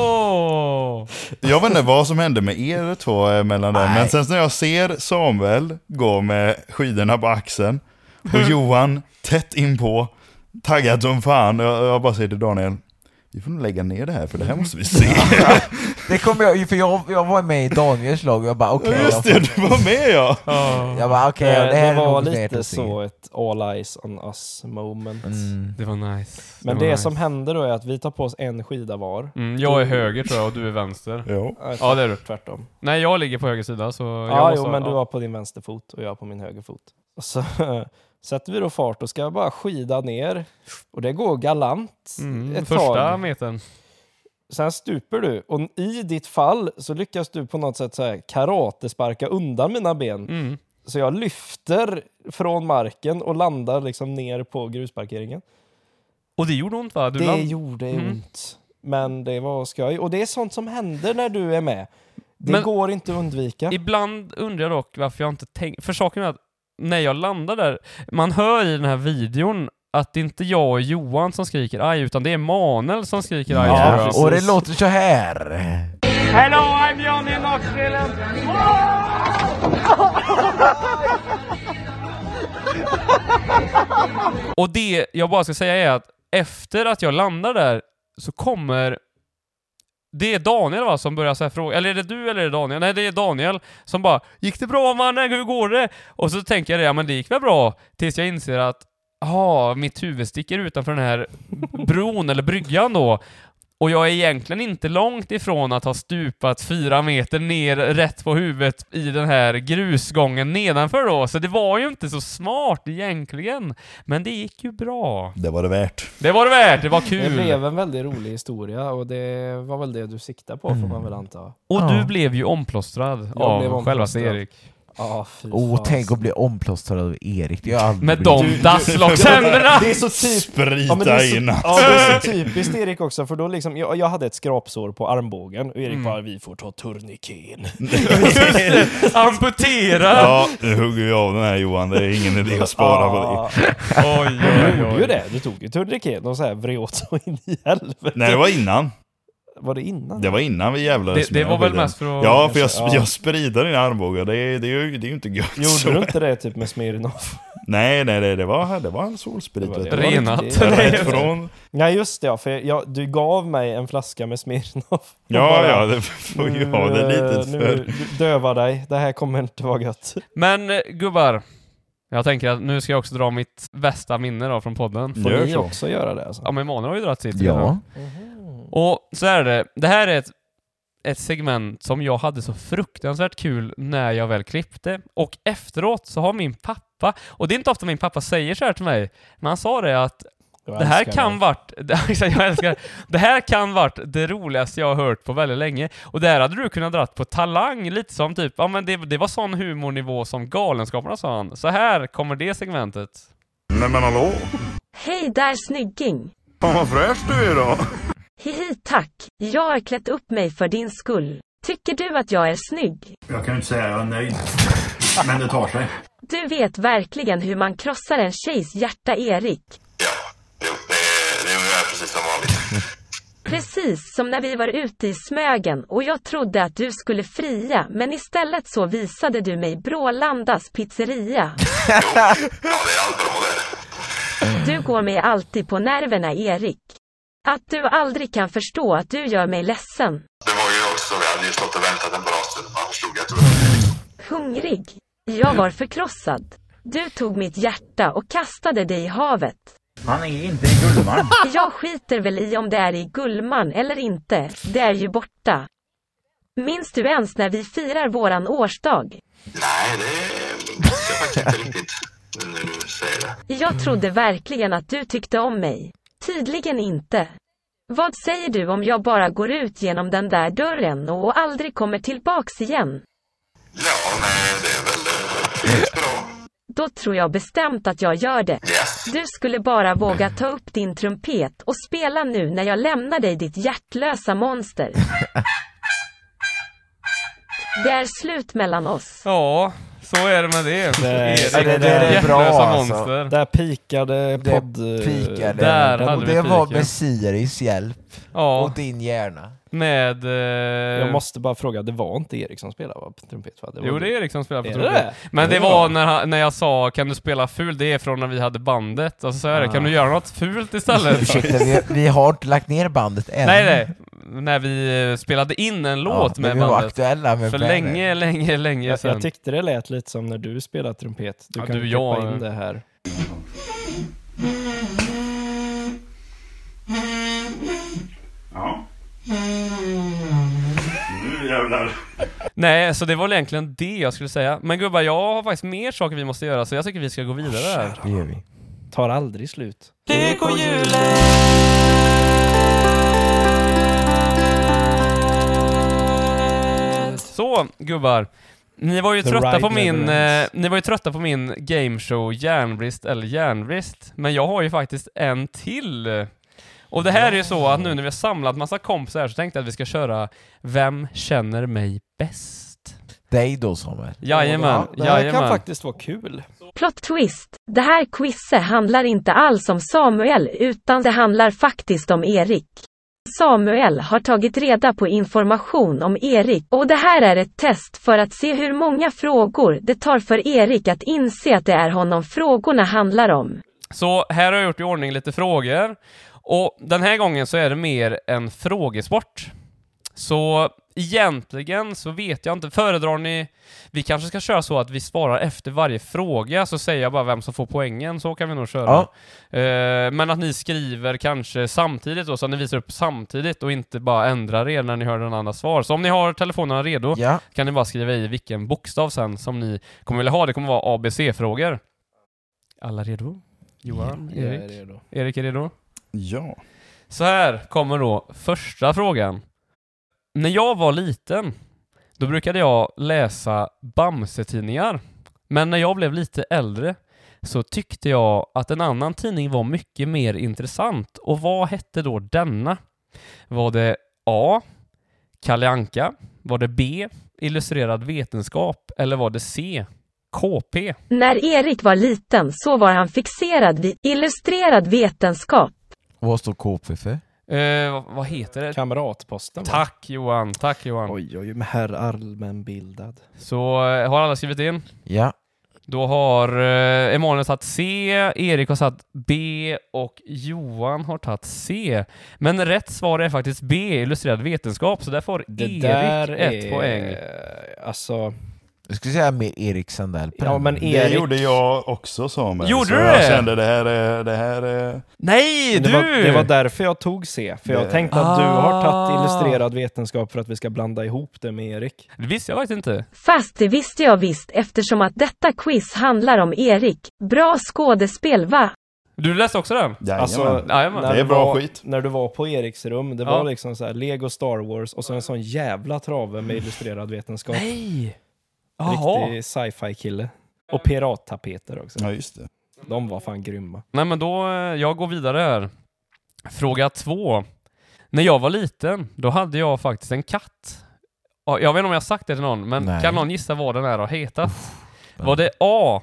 Speaker 6: Ja!
Speaker 8: Jag vet inte vad som hände med er två mellan dem. Men sen när jag ser Samuel gå med skidorna på axeln och Johan tätt in på, taggad som fan, jag bara säger till Daniel, vi får nog lägga ner det här, för det här måste vi se.
Speaker 5: Det kommer jag, för jag var med i Daniels lag och jag bara okej.
Speaker 8: Just det, du var med ja.
Speaker 5: Jag bara okej,
Speaker 7: det var lite så ett all eyes on us moment.
Speaker 6: Det var nice.
Speaker 7: Men det som händer då är att vi tar på oss en skida var.
Speaker 6: Jag är höger tror jag och du är vänster.
Speaker 7: Ja, det är du. Tvärtom.
Speaker 6: Nej, jag ligger på höger sida så
Speaker 7: men du var på din vänsterfot och jag på min högerfot. Och så sätter vi då fart och ska bara skida ner. Och det går galant ett
Speaker 6: första
Speaker 7: tag.
Speaker 6: metern.
Speaker 7: Sen stuper du. Och i ditt fall så lyckas du på något sätt så här karatesparka undan mina ben. Så jag lyfter från marken och landar liksom ner på grusparkeringen.
Speaker 6: Och det gjorde ont va?
Speaker 7: Det gjorde ont. Men det var skoj. Och det är sånt som händer när du är med. Det går inte att undvika.
Speaker 6: Ibland undrar jag dock varför jag inte tänker... För saken är att när jag landar där, man hör i den här videon att det inte jag och Johan som skriker aj, utan det är Manuel som skriker aj.
Speaker 5: Ja, och det låter så här.
Speaker 10: Hello, I'm Johnny Knoxville.
Speaker 6: Och det jag bara ska säga är att efter att jag landar där så kommer... Det är Daniel va, som börjar så här fråga. Eller är det du eller är det Daniel? Nej, det är Daniel som bara, gick det bra mannen? Hur går det? Och så tänker jag, ja men det gick väl bra. Tills jag inser att mitt huvud sticker utanför den här bron eller bryggan då. Och jag är egentligen inte långt ifrån att ha stupat 4 meter ner rätt på huvudet i den här grusgången nedanför då. Så det var ju inte så smart egentligen. Men det gick ju bra.
Speaker 8: Det var det värt.
Speaker 6: Det var det värt, det var kul.
Speaker 7: Det blev en väldigt rolig historia och det var väl det du siktade på får man väl anta.
Speaker 6: Och du blev ju omplåstrad av själva Erik.
Speaker 5: Tänk att bli omplåstrad av Erik.
Speaker 6: Med de dasslokshänderna.
Speaker 7: Det är så
Speaker 8: Sprita innan.
Speaker 7: Ja, det är så typiskt Erik också. För då liksom, jag hade ett skrapsår på armbågen. Och Erik bara, vi får ta turniken.
Speaker 6: Amputera.
Speaker 8: Ja, nu hugger vi av den här Johan. Det är ingen idé att spara på det.
Speaker 6: Oj.
Speaker 7: Du gjorde ju det. Du tog ju turniken och så här vred så in i helvete.
Speaker 8: Nej, det var innan.
Speaker 7: Var det innan?
Speaker 8: Det var innan vi jävlades
Speaker 6: det var väl mest för att...
Speaker 8: Ja, för jag spridade den i armbågen. Det är ju inte gött.
Speaker 7: Gjorde du inte det typ med Smirnoff?
Speaker 8: Nej, det var en solsprit.
Speaker 6: Renat.
Speaker 8: Från...
Speaker 7: Nej, just det. För du gav mig en flaska med Smirnoff.
Speaker 8: Ja, det får ju ha det lite för.
Speaker 7: Nu döva dig. Det här kommer inte vara gött.
Speaker 6: Men gubbar, jag tänker att nu ska jag också dra mitt bästa minne då från podden.
Speaker 7: Får ni också göra det? Alltså?
Speaker 6: Ja, men Emanuel har ju dragit sitt.
Speaker 5: Ja.
Speaker 6: Och så är det. Det här är ett segment som jag hade så fruktansvärt kul när jag väl klippte. Och efteråt så har min pappa, och det är inte ofta min pappa säger så här till mig, men han sa det att det här kan vart det här kan vart det roligaste jag har hört på väldigt länge. Och där hade du kunnat dra på talang, lite som typ, ja men det var sån humornivå som Galenskaparna, sa han. Så här kommer det segmentet.
Speaker 9: Nej men hallå?
Speaker 4: Hej där snygging.
Speaker 9: Fan vad fräsch du är då.
Speaker 4: Hihi tack, jag har klätt upp mig för din skull. Tycker du att jag är snygg?
Speaker 10: Jag kan inte säga jag är nöjd. Men det tar sig.
Speaker 4: Du vet verkligen hur man krossar en tjejs hjärta, Erik.
Speaker 9: Ja, det är precis som vanligt.
Speaker 4: Precis som när vi var ute i Smögen och jag trodde att du skulle fria, men istället så visade du mig Brålandas pizzeria.
Speaker 9: Ja, det är allt bra det.
Speaker 4: Du går mig alltid på nerverna, Erik. Att du aldrig kan förstå att du gör mig ledsen.
Speaker 9: Det var ju också, vi hade ju stått och väntat en bra stund. Man förstod att det var
Speaker 4: Hungrig. Jag var förkrossad. Du tog mitt hjärta och kastade det i havet.
Speaker 10: Han är inte i Gullmarn.
Speaker 4: Jag skiter väl i om det är i Gullmarn eller inte. Det är ju borta. Minns du ens när vi firar våran årsdag?
Speaker 9: Nej, det minns jag faktiskt inte riktigt när du säger det.
Speaker 4: Jag trodde verkligen att du tyckte om mig. Tydligen inte. Vad säger du om jag bara går ut genom den där dörren och aldrig kommer tillbaks igen?
Speaker 9: Ja, nej, det är väl bra.
Speaker 4: Då tror jag bestämt att jag gör det.
Speaker 9: Yes.
Speaker 4: Du skulle bara våga ta upp din trumpet och spela nu när jag lämnar dig, ditt hjärtlösa monster. Det är slut mellan oss.
Speaker 6: Ja, så är det med det.
Speaker 5: Det är bra alltså.
Speaker 6: Monster.
Speaker 7: Där pikade podd...
Speaker 6: Där
Speaker 5: och det var med Siris hjälp.
Speaker 6: Ja.
Speaker 5: Och din hjärna.
Speaker 6: Med...
Speaker 7: Jag måste bara fråga, det var inte Erik som spelade på trumpet, va?
Speaker 6: Jo, det är Erik som spelar på
Speaker 7: är
Speaker 6: trumpet.
Speaker 7: Det?
Speaker 6: Men det var när jag sa, kan du spela fult? Det är från när vi hade bandet. Och så sa jag, kan du göra något fult istället?
Speaker 5: Ursäkta, vi har inte lagt ner bandet än.
Speaker 6: Nej. När vi spelade in en låt med bandet.
Speaker 5: Var aktuella med
Speaker 6: för länge sedan.
Speaker 7: Jag tyckte det lät lite som när du spelar trumpet. Du kan klippa in det här.
Speaker 9: Ja. Nu jävlar.
Speaker 6: Nej, så det var egentligen det jag skulle säga. Men gubbar, jag har faktiskt mer saker vi måste göra, så jag tycker vi ska gå vidare där.
Speaker 5: Det gör vi.
Speaker 7: Tar aldrig slut.
Speaker 6: Så, gubbar. Ni var ju trötta på min gameshow Järnbrist eller Järnbrist. Men jag har ju faktiskt en till. Och det här är ju så att nu när vi har samlat massa kompisar här så tänkte jag att vi ska köra Vem känner mig bäst?
Speaker 5: Dig då, Samuel.
Speaker 6: Jajamän.
Speaker 7: Det här kan faktiskt vara kul.
Speaker 4: Plot twist. Det här quizet handlar inte alls om Samuel utan det handlar faktiskt om Erik. Samuel har tagit reda på information om Erik och det här är ett test för att se hur många frågor det tar för Erik att inse att det är honom frågorna handlar om.
Speaker 6: Så här har jag gjort i ordning lite frågor. Och den här gången så är det mer en frågesport. Så egentligen så vet jag inte. Föredrar ni... Vi kanske ska köra så att vi svarar efter varje fråga, så säger jag bara vem som får poängen. Så kan vi nog köra. Men att ni skriver kanske samtidigt då, så att ni visar upp samtidigt och inte bara ändrar er när ni hör den andra svar. Så om ni har telefonerna redo kan ni bara skriva i vilken bokstav sen som ni kommer vilja ha. Det kommer vara ABC-frågor. Alla redo? Johan, Erik?
Speaker 7: Jag är redo.
Speaker 6: Erik är redo?
Speaker 8: Ja.
Speaker 6: Så här kommer då första frågan. När jag var liten, då brukade jag läsa Bamse-tidningar. Men när jag blev lite äldre så tyckte jag att en annan tidning var mycket mer intressant. Och vad hette då denna? Var det A. Kalle Anka? Var det B. Illustrerad vetenskap? Eller var det C. KP?
Speaker 4: När Erik var liten så var han fixerad vid illustrerad vetenskap.
Speaker 5: Vad står KP för?
Speaker 6: Vad heter det?
Speaker 7: Kamratposten.
Speaker 6: Tack Johan, tack Johan.
Speaker 7: Oj, med herr allmänbildad.
Speaker 6: Så har alla skrivit in?
Speaker 5: Ja.
Speaker 6: Då har Emanuel tagit C, Erik har tagit B och Johan har tagit C. Men rätt svar är faktiskt B, illustrerad vetenskap. Så där får Erik ett poäng.
Speaker 7: Alltså...
Speaker 5: Jag skulle säga med Erik Sandell.
Speaker 7: Ja, men Erik...
Speaker 8: Det gjorde jag också, Samuel.
Speaker 6: Gjorde
Speaker 8: så
Speaker 6: du
Speaker 8: jag
Speaker 6: det?
Speaker 8: kände det här är...
Speaker 6: Nej,
Speaker 7: det var därför jag tog C. För jag tänkte att du har tagit illustrerad vetenskap för att vi ska blanda ihop det med Erik.
Speaker 6: Det visste jag faktiskt inte.
Speaker 4: Fast det visste jag visst, eftersom att detta quiz handlar om Erik. Bra skådespel, va?
Speaker 6: Du läste också den?
Speaker 8: Jajamän.
Speaker 7: Alltså,
Speaker 8: det är bra skit.
Speaker 7: När du var på Eriks rum, det var liksom så här Lego Star Wars och så en sån jävla trave med illustrerad vetenskap.
Speaker 6: Nej!
Speaker 7: Riktig sci-fi kille. Och pirattapeter också.
Speaker 8: Ja, just det.
Speaker 7: De var fan grymma.
Speaker 6: Nej, men då, jag går vidare här. Fråga 2. När jag var liten, då hade jag faktiskt en katt. Jag vet inte om jag har sagt det till någon, men kan någon gissa vad den här har hetat? Var det A.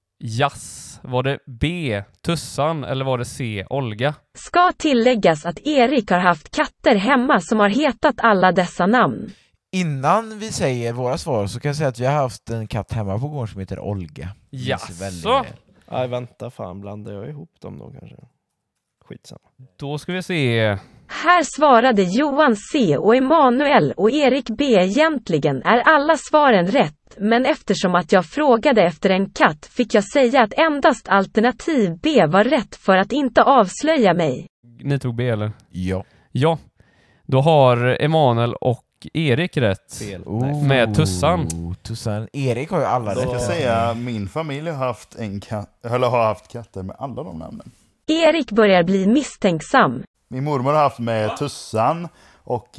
Speaker 6: Jazz? Var det B. Tussan? Eller var det C. Olga?
Speaker 4: Ska tilläggas att Erik har haft katter hemma som har hetat alla dessa namn.
Speaker 5: Innan vi säger våra svar så kan jag säga att vi har haft en katt hemma på gården som heter Olga.
Speaker 6: Jaså?
Speaker 7: Nej, vänta fan, blandar jag ihop dem då kanske? Skitsamma.
Speaker 6: Då ska vi se.
Speaker 4: Här svarade Johan C och Emanuel och Erik B. Egentligen är alla svaren rätt, men eftersom att jag frågade efter en katt fick jag säga att endast alternativ B var rätt för att inte avslöja mig.
Speaker 6: Ni tog B eller?
Speaker 5: Ja.
Speaker 6: Ja. Då har Emanuel och Erik rätt. Med Tussan.
Speaker 5: Tussan. Erik har ju alla rätt.
Speaker 8: Jag kan säga min familj har haft har haft katter med alla de namnen.
Speaker 4: Erik börjar bli misstänksam.
Speaker 8: Min mormor har haft med Tussan och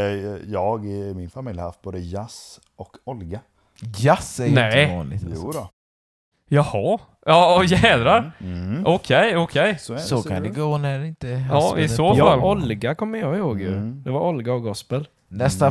Speaker 8: jag i min familj har haft både Jazz och Olga.
Speaker 5: Jazz är inte vanligt.
Speaker 8: Jo då.
Speaker 6: Jaha. Ja, jädrar. Okej.
Speaker 5: Så kan det gå när det inte...
Speaker 6: Ja, i så fall.
Speaker 7: Ja, Olga kommer jag ihåg ju. Det var Olga och Gospel.
Speaker 5: Nästa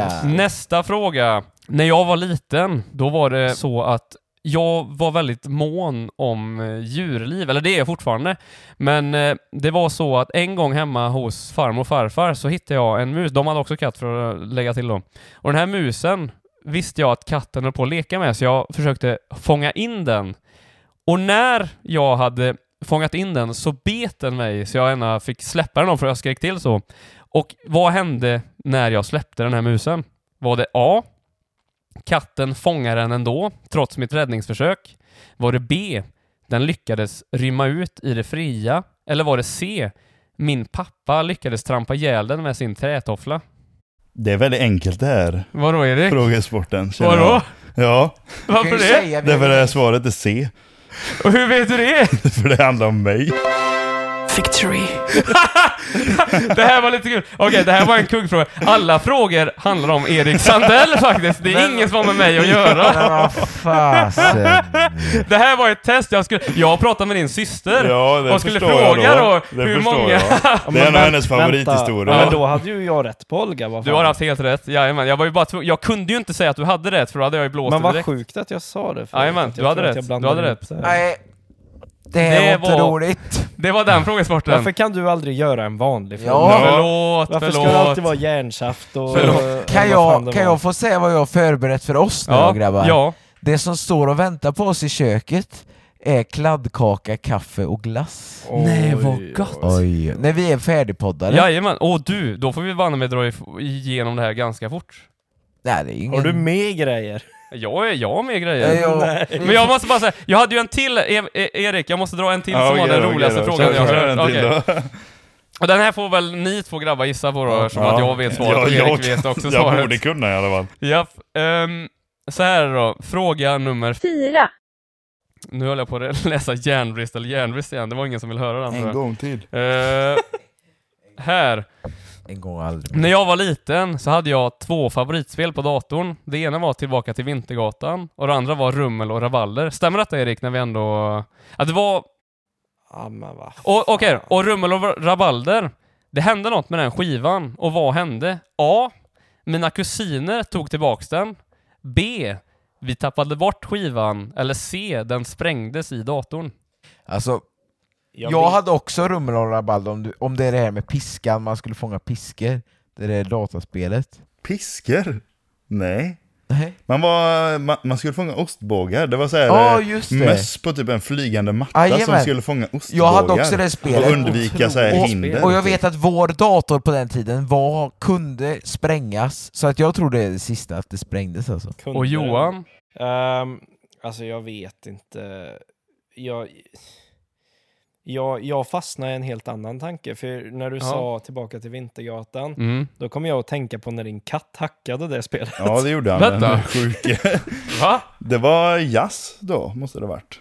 Speaker 5: fråga.
Speaker 6: När jag var liten, då var det så att jag var väldigt mån om djurliv, eller det är jag fortfarande. Men det var så att en gång hemma hos farmor och farfar så hittade jag en mus. De hade också katt för att lägga till dem. Och den här musen visste jag att katten höll på att leka med, så jag försökte fånga in den. Och när jag hade fångat in den så bet den mig, så jag ena fick släppa den för jag skrek till så. Och vad hände när jag släppte den här musen? Var det A. Katten fångade den ändå, trots mitt räddningsförsök? Var det B. Den lyckades rymma ut i det fria? Eller var det C. Min pappa lyckades trampa ihjäl den med sin trätoffla?
Speaker 8: Det är väldigt enkelt det här.
Speaker 6: Vadå, Erik?
Speaker 8: Frågesporten.
Speaker 6: Vadå?
Speaker 8: Ja.
Speaker 6: Varför det?
Speaker 8: Därför är svaret är C.
Speaker 6: Och hur vet du det?
Speaker 8: För det handlar om mig.
Speaker 6: Victory. Det här var lite kul. Okej, det här var en kuggfråga. Alla frågor handlar om Erik Sandell faktiskt. Det är inget som har med mig att göra. Det här var ett test. Jag pratade med din syster.
Speaker 8: Ja, det
Speaker 6: och skulle
Speaker 8: fråga
Speaker 6: då
Speaker 8: det
Speaker 6: hur många...
Speaker 8: Det är en av hennes favorithistorier.
Speaker 7: Men då hade ju jag rätt på Olga.
Speaker 6: Du har haft helt rätt. Jajamän. Jag var ju bara jag kunde ju inte säga att du hade rätt, för då hade jag ju blåst
Speaker 7: men
Speaker 6: det
Speaker 7: vad
Speaker 6: direkt.
Speaker 7: sjukt att jag sa det.
Speaker 6: Jajamän, du hade rätt. Du hade rätt.
Speaker 5: Nej. Det var inte roligt.
Speaker 6: Det var den frågesporten.
Speaker 7: Varför kan du aldrig göra en vanlig fråga?
Speaker 6: Ja,
Speaker 7: Varför ska det alltid vara järnsaft och...
Speaker 5: Kan jag få säga vad jag har förberett för oss nu, grabbar?
Speaker 6: Ja.
Speaker 5: Det som står och väntar på oss i köket är kladdkaka, kaffe och glass.
Speaker 6: Nej, vad gott.
Speaker 5: Oj. När vi är färdigpoddare.
Speaker 6: Jajamän. Du, då får vi vanna med dra igenom det här ganska fort.
Speaker 5: Nej, det är ingen...
Speaker 7: Har du med grejer?
Speaker 6: Jag har med grejer. Men jag måste bara säga, jag hade ju en till, Erik, jag måste dra en till som var den roligaste frågan jag har hört. Och den här får väl ni två grabbar gissa på då, som att jag vet svaret och Erik vet också svaret.
Speaker 8: Jag borde kunna i alla fall.
Speaker 6: Japp. Så här då, fråga nummer 4. Nu håller jag på att läsa järnbrist igen, det var ingen som vill höra den.
Speaker 8: En gång till.
Speaker 6: Här.
Speaker 5: En gång aldrig.
Speaker 6: När jag var liten så hade jag 2 favoritspel på datorn. Det ena var Tillbaka till Vintergatan och det andra var Rummel och Rabalder. Stämmer detta, Erik, när vi ändå... Att det var...
Speaker 7: Ja, men vad...
Speaker 6: Okej, och Rummel och Rabalder, det hände något med den skivan. Och vad hände? A. Mina kusiner tog tillbaks den. B. Vi tappade bort skivan. Eller C. Den sprängdes i datorn.
Speaker 5: Alltså, jag hade också Rummel och Rabalder om det är det här med piskan, man skulle fånga piskor. Det är dataspelet.
Speaker 8: Piskor? Nej. Man skulle fånga ostbågar. Det var så här möss på typ en flygande matta som skulle fånga ostbågar.
Speaker 5: Jag hade också det spelet.
Speaker 8: Och undvika så här hinder.
Speaker 5: Och jag vet att vår dator på den tiden kunde sprängas. Så att jag tror det är det sista, att det sprängdes alltså.
Speaker 6: Och Johan?
Speaker 7: Alltså jag vet inte. Jag fastnade i en helt annan tanke. För när du sa Tillbaka till Vintergatan, då kom jag att tänka på när din katt hackade det spelet.
Speaker 8: Ja, det gjorde han.
Speaker 6: Vänta. Va?
Speaker 8: Det var jazz då, måste det ha varit.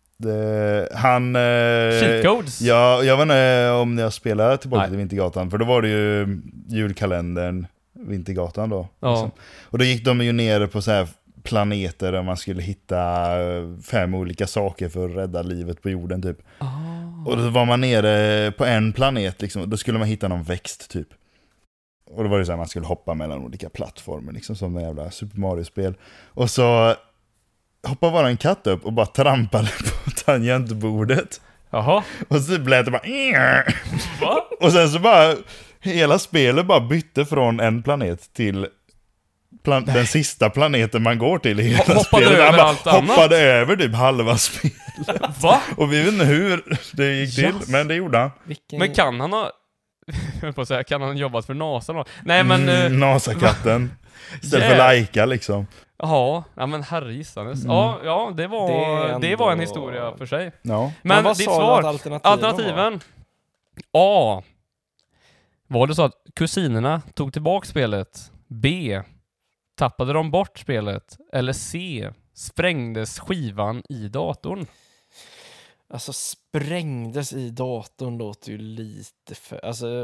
Speaker 6: Cheatcodes?
Speaker 8: Ja, jag vet inte om jag spelade Tillbaka till Vintergatan. För då var det ju julkalendern Vintergatan då.
Speaker 6: Ja.
Speaker 8: Liksom. Och då gick de ju ner på så här planeter där man skulle hitta 5 olika saker för att rädda livet på jorden typ. Och då var man nere på en planet liksom, då skulle man hitta någon växt typ. Och då var det så här, man skulle hoppa mellan olika plattformar liksom, som en jävla Super Mario-spel. Och så hoppade bara en katt upp och bara trampade på tangentbordet.
Speaker 6: Jaha.
Speaker 8: Och så blev det bara...
Speaker 6: Va?
Speaker 8: Och sen så bara hela spelet bara bytte från en planet till den sista planeten man går till i hela
Speaker 6: hoppade
Speaker 8: spelet.
Speaker 6: Över allt
Speaker 8: hoppade över typ halva spelet.
Speaker 6: Va?
Speaker 8: Och vi vet inte hur det gick till, men det gjorde han.
Speaker 6: Men kan han ha... kan han jobbat för NASA då? Nej men...
Speaker 8: NASA-katten. Istället för Laika liksom.
Speaker 6: Ja, men herregissanes. Ja, det var en historia för sig.
Speaker 8: Ja.
Speaker 6: Men
Speaker 7: vad
Speaker 6: ditt
Speaker 7: sa
Speaker 6: svar,
Speaker 7: du att
Speaker 6: alternativen? A. Var det så att kusinerna tog tillbaka spelet? B. Tappade de bort spelet? Eller C. Sprängdes skivan i datorn?
Speaker 7: Alltså sprängdes i datorn låter ju lite för... Alltså...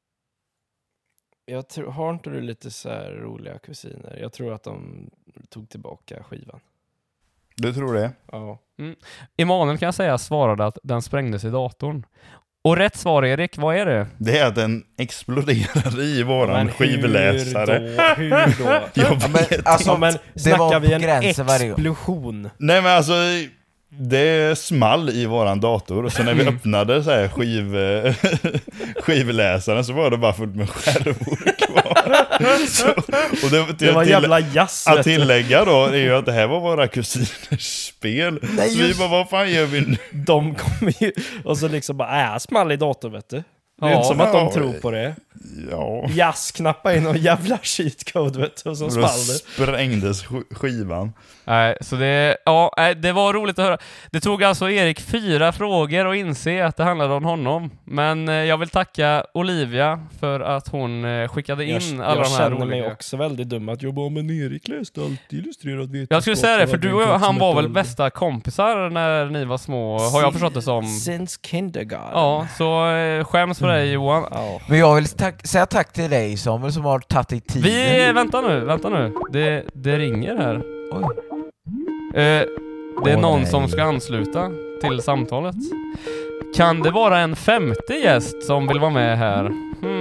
Speaker 7: har inte du lite så här roliga kusiner? Jag tror att de tog tillbaka skivan.
Speaker 8: Du tror det?
Speaker 7: Ja.
Speaker 6: Emanuel kan jag säga svarade att den sprängdes i datorn. Och rätt svar, Erik, vad är det?
Speaker 8: Det är att den exploderade i våran skivläsare.
Speaker 7: Hur då?
Speaker 8: Jag vet
Speaker 7: men snackar vi en explosion?
Speaker 8: Nej men alltså, det small i våran dator. Och så när vi öppnade så här skivläsaren så var det bara fullt med skärvor kvar. Och det
Speaker 7: var jävla jazz.
Speaker 8: Att tillägga då är ju att det här var våra kusiners spel. Nej, så vi bara, vad fan gör vi nu?
Speaker 7: De kommer ju, och så liksom bara, small i datorn, vet du. Det är inte som att de tror på det.
Speaker 8: Ja.
Speaker 7: Jazz knappa in någon jävla cheatcode, vet du, och så small det.
Speaker 8: Sprängdes skivan.
Speaker 6: Nej, så det var roligt att höra. Det tog alltså Erik 4 frågor och inse att det handlade om honom. Men jag vill tacka Olivia för att hon skickade in alla de här roliga.
Speaker 7: Jag känner mig också väldigt dum att jag bara, men Erik läste alltid illustrerat vetenskap.
Speaker 6: Jag skulle säga det, för du och han var väl bästa kompisar när ni var små, har jag förstått det som.
Speaker 7: Since kindergarten.
Speaker 6: Ja, så skäms för dig, Johan.
Speaker 5: Men jag vill säga tack till dig, Samuel, som har tagit dig tiden.
Speaker 6: Vänta nu. Det ringer här.
Speaker 5: Oj.
Speaker 6: Det är någon som ska ansluta till samtalet. Kan det vara en 5:e gäst som vill vara med här?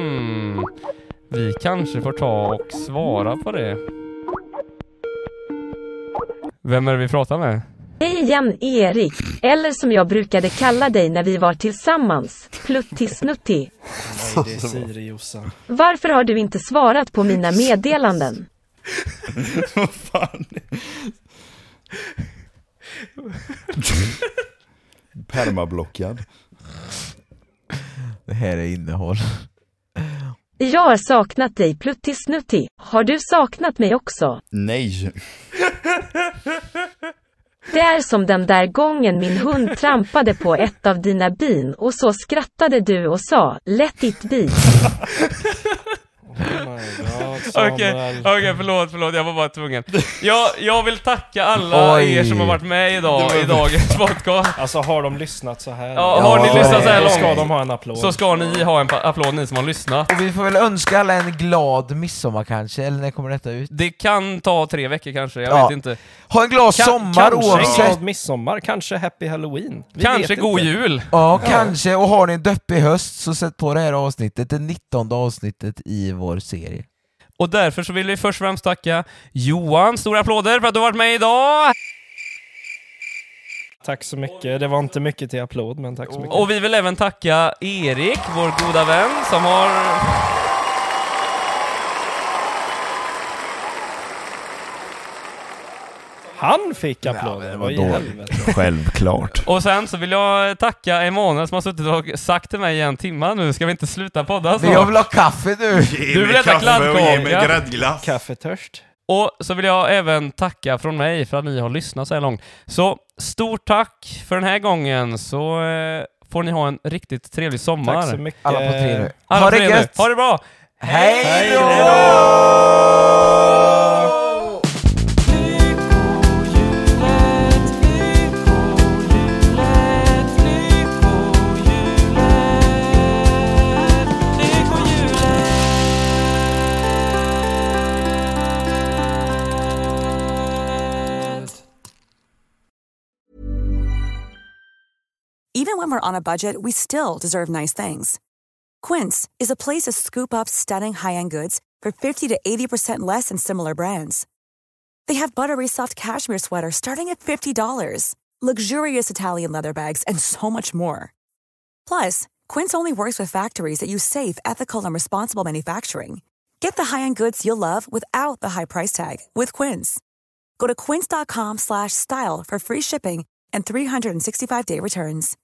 Speaker 6: Vi kanske får ta och svara på det. Vem är det vi pratar med?
Speaker 4: Hej igen, Erik. Eller som jag brukade kalla dig när vi var tillsammans. Pluttisnutti.
Speaker 7: Nej, det är Siri Jossan.
Speaker 4: Varför har du inte svarat på mina meddelanden?
Speaker 8: Vad fan? Permablockad.
Speaker 5: Det här är innehåll.
Speaker 4: Jag har saknat dig, Pluttisnutti. Har du saknat mig också?
Speaker 8: Nej.
Speaker 4: Det är som den där gången min hund trampade på ett av dina bin och så skrattade du och sa, let it be.
Speaker 6: Okej, förlåt, jag var bara tvungen. Jag vill tacka alla er som har varit med idag i dagens podcast.
Speaker 7: Alltså har de lyssnat så här?
Speaker 6: Ja, har ni lyssnat så här långt?
Speaker 7: Ska de ha en applåd.
Speaker 6: Så ska ni ha en applåd, ni som har lyssnat.
Speaker 5: Och vi får väl önska alla en glad midsommar kanske, eller när kommer detta ut?
Speaker 6: Det kan ta 3 veckor kanske, jag vet inte.
Speaker 5: Ha en glad sommar oavsett.
Speaker 7: Glad midsommar, kanske happy halloween.
Speaker 6: Kanske god jul.
Speaker 5: Ja, kanske. Och har ni en deppig höst så sätt på det här avsnittet, det 19:e avsnittet i vår serie.
Speaker 6: Och därför så vill vi först och främst tacka Johan, stora applåder för att du har varit med idag.
Speaker 7: Tack så mycket, det var inte mycket till applåd, men tack så mycket.
Speaker 6: Och vi vill även tacka Erik, vår goda vän, som har...
Speaker 7: Han fick applåd. Ja, det var
Speaker 8: helvete. Självklart.
Speaker 6: Och sen så vill jag tacka Emanuel som har suttit och sagt till mig i 1 timme nu. Ska vi inte sluta podda
Speaker 5: snart? Jag vill ha kaffe nu.
Speaker 6: Du vill äta kladdkaka.
Speaker 8: Gräddglass.
Speaker 7: Kaffetörst.
Speaker 6: Och så vill jag även tacka från mig för att ni har lyssnat så här långt. Så stort tack för den här gången, så får ni ha en riktigt trevlig sommar.
Speaker 7: Tack så mycket.
Speaker 5: Alla på 3.
Speaker 6: Ha det gött. Ha det bra.
Speaker 5: Hej då!
Speaker 13: Even when we're on a budget, we still deserve nice things. Quince is a place to scoop up stunning high-end goods for 50 to 80% less than similar brands. They have buttery soft cashmere sweaters starting at $50, luxurious Italian leather bags, and so much more. Plus, Quince only works with factories that use safe, ethical, and responsible manufacturing. Get the high-end goods you'll love without the high price tag with Quince. Go to quince.com/style for free shipping and 365-day returns.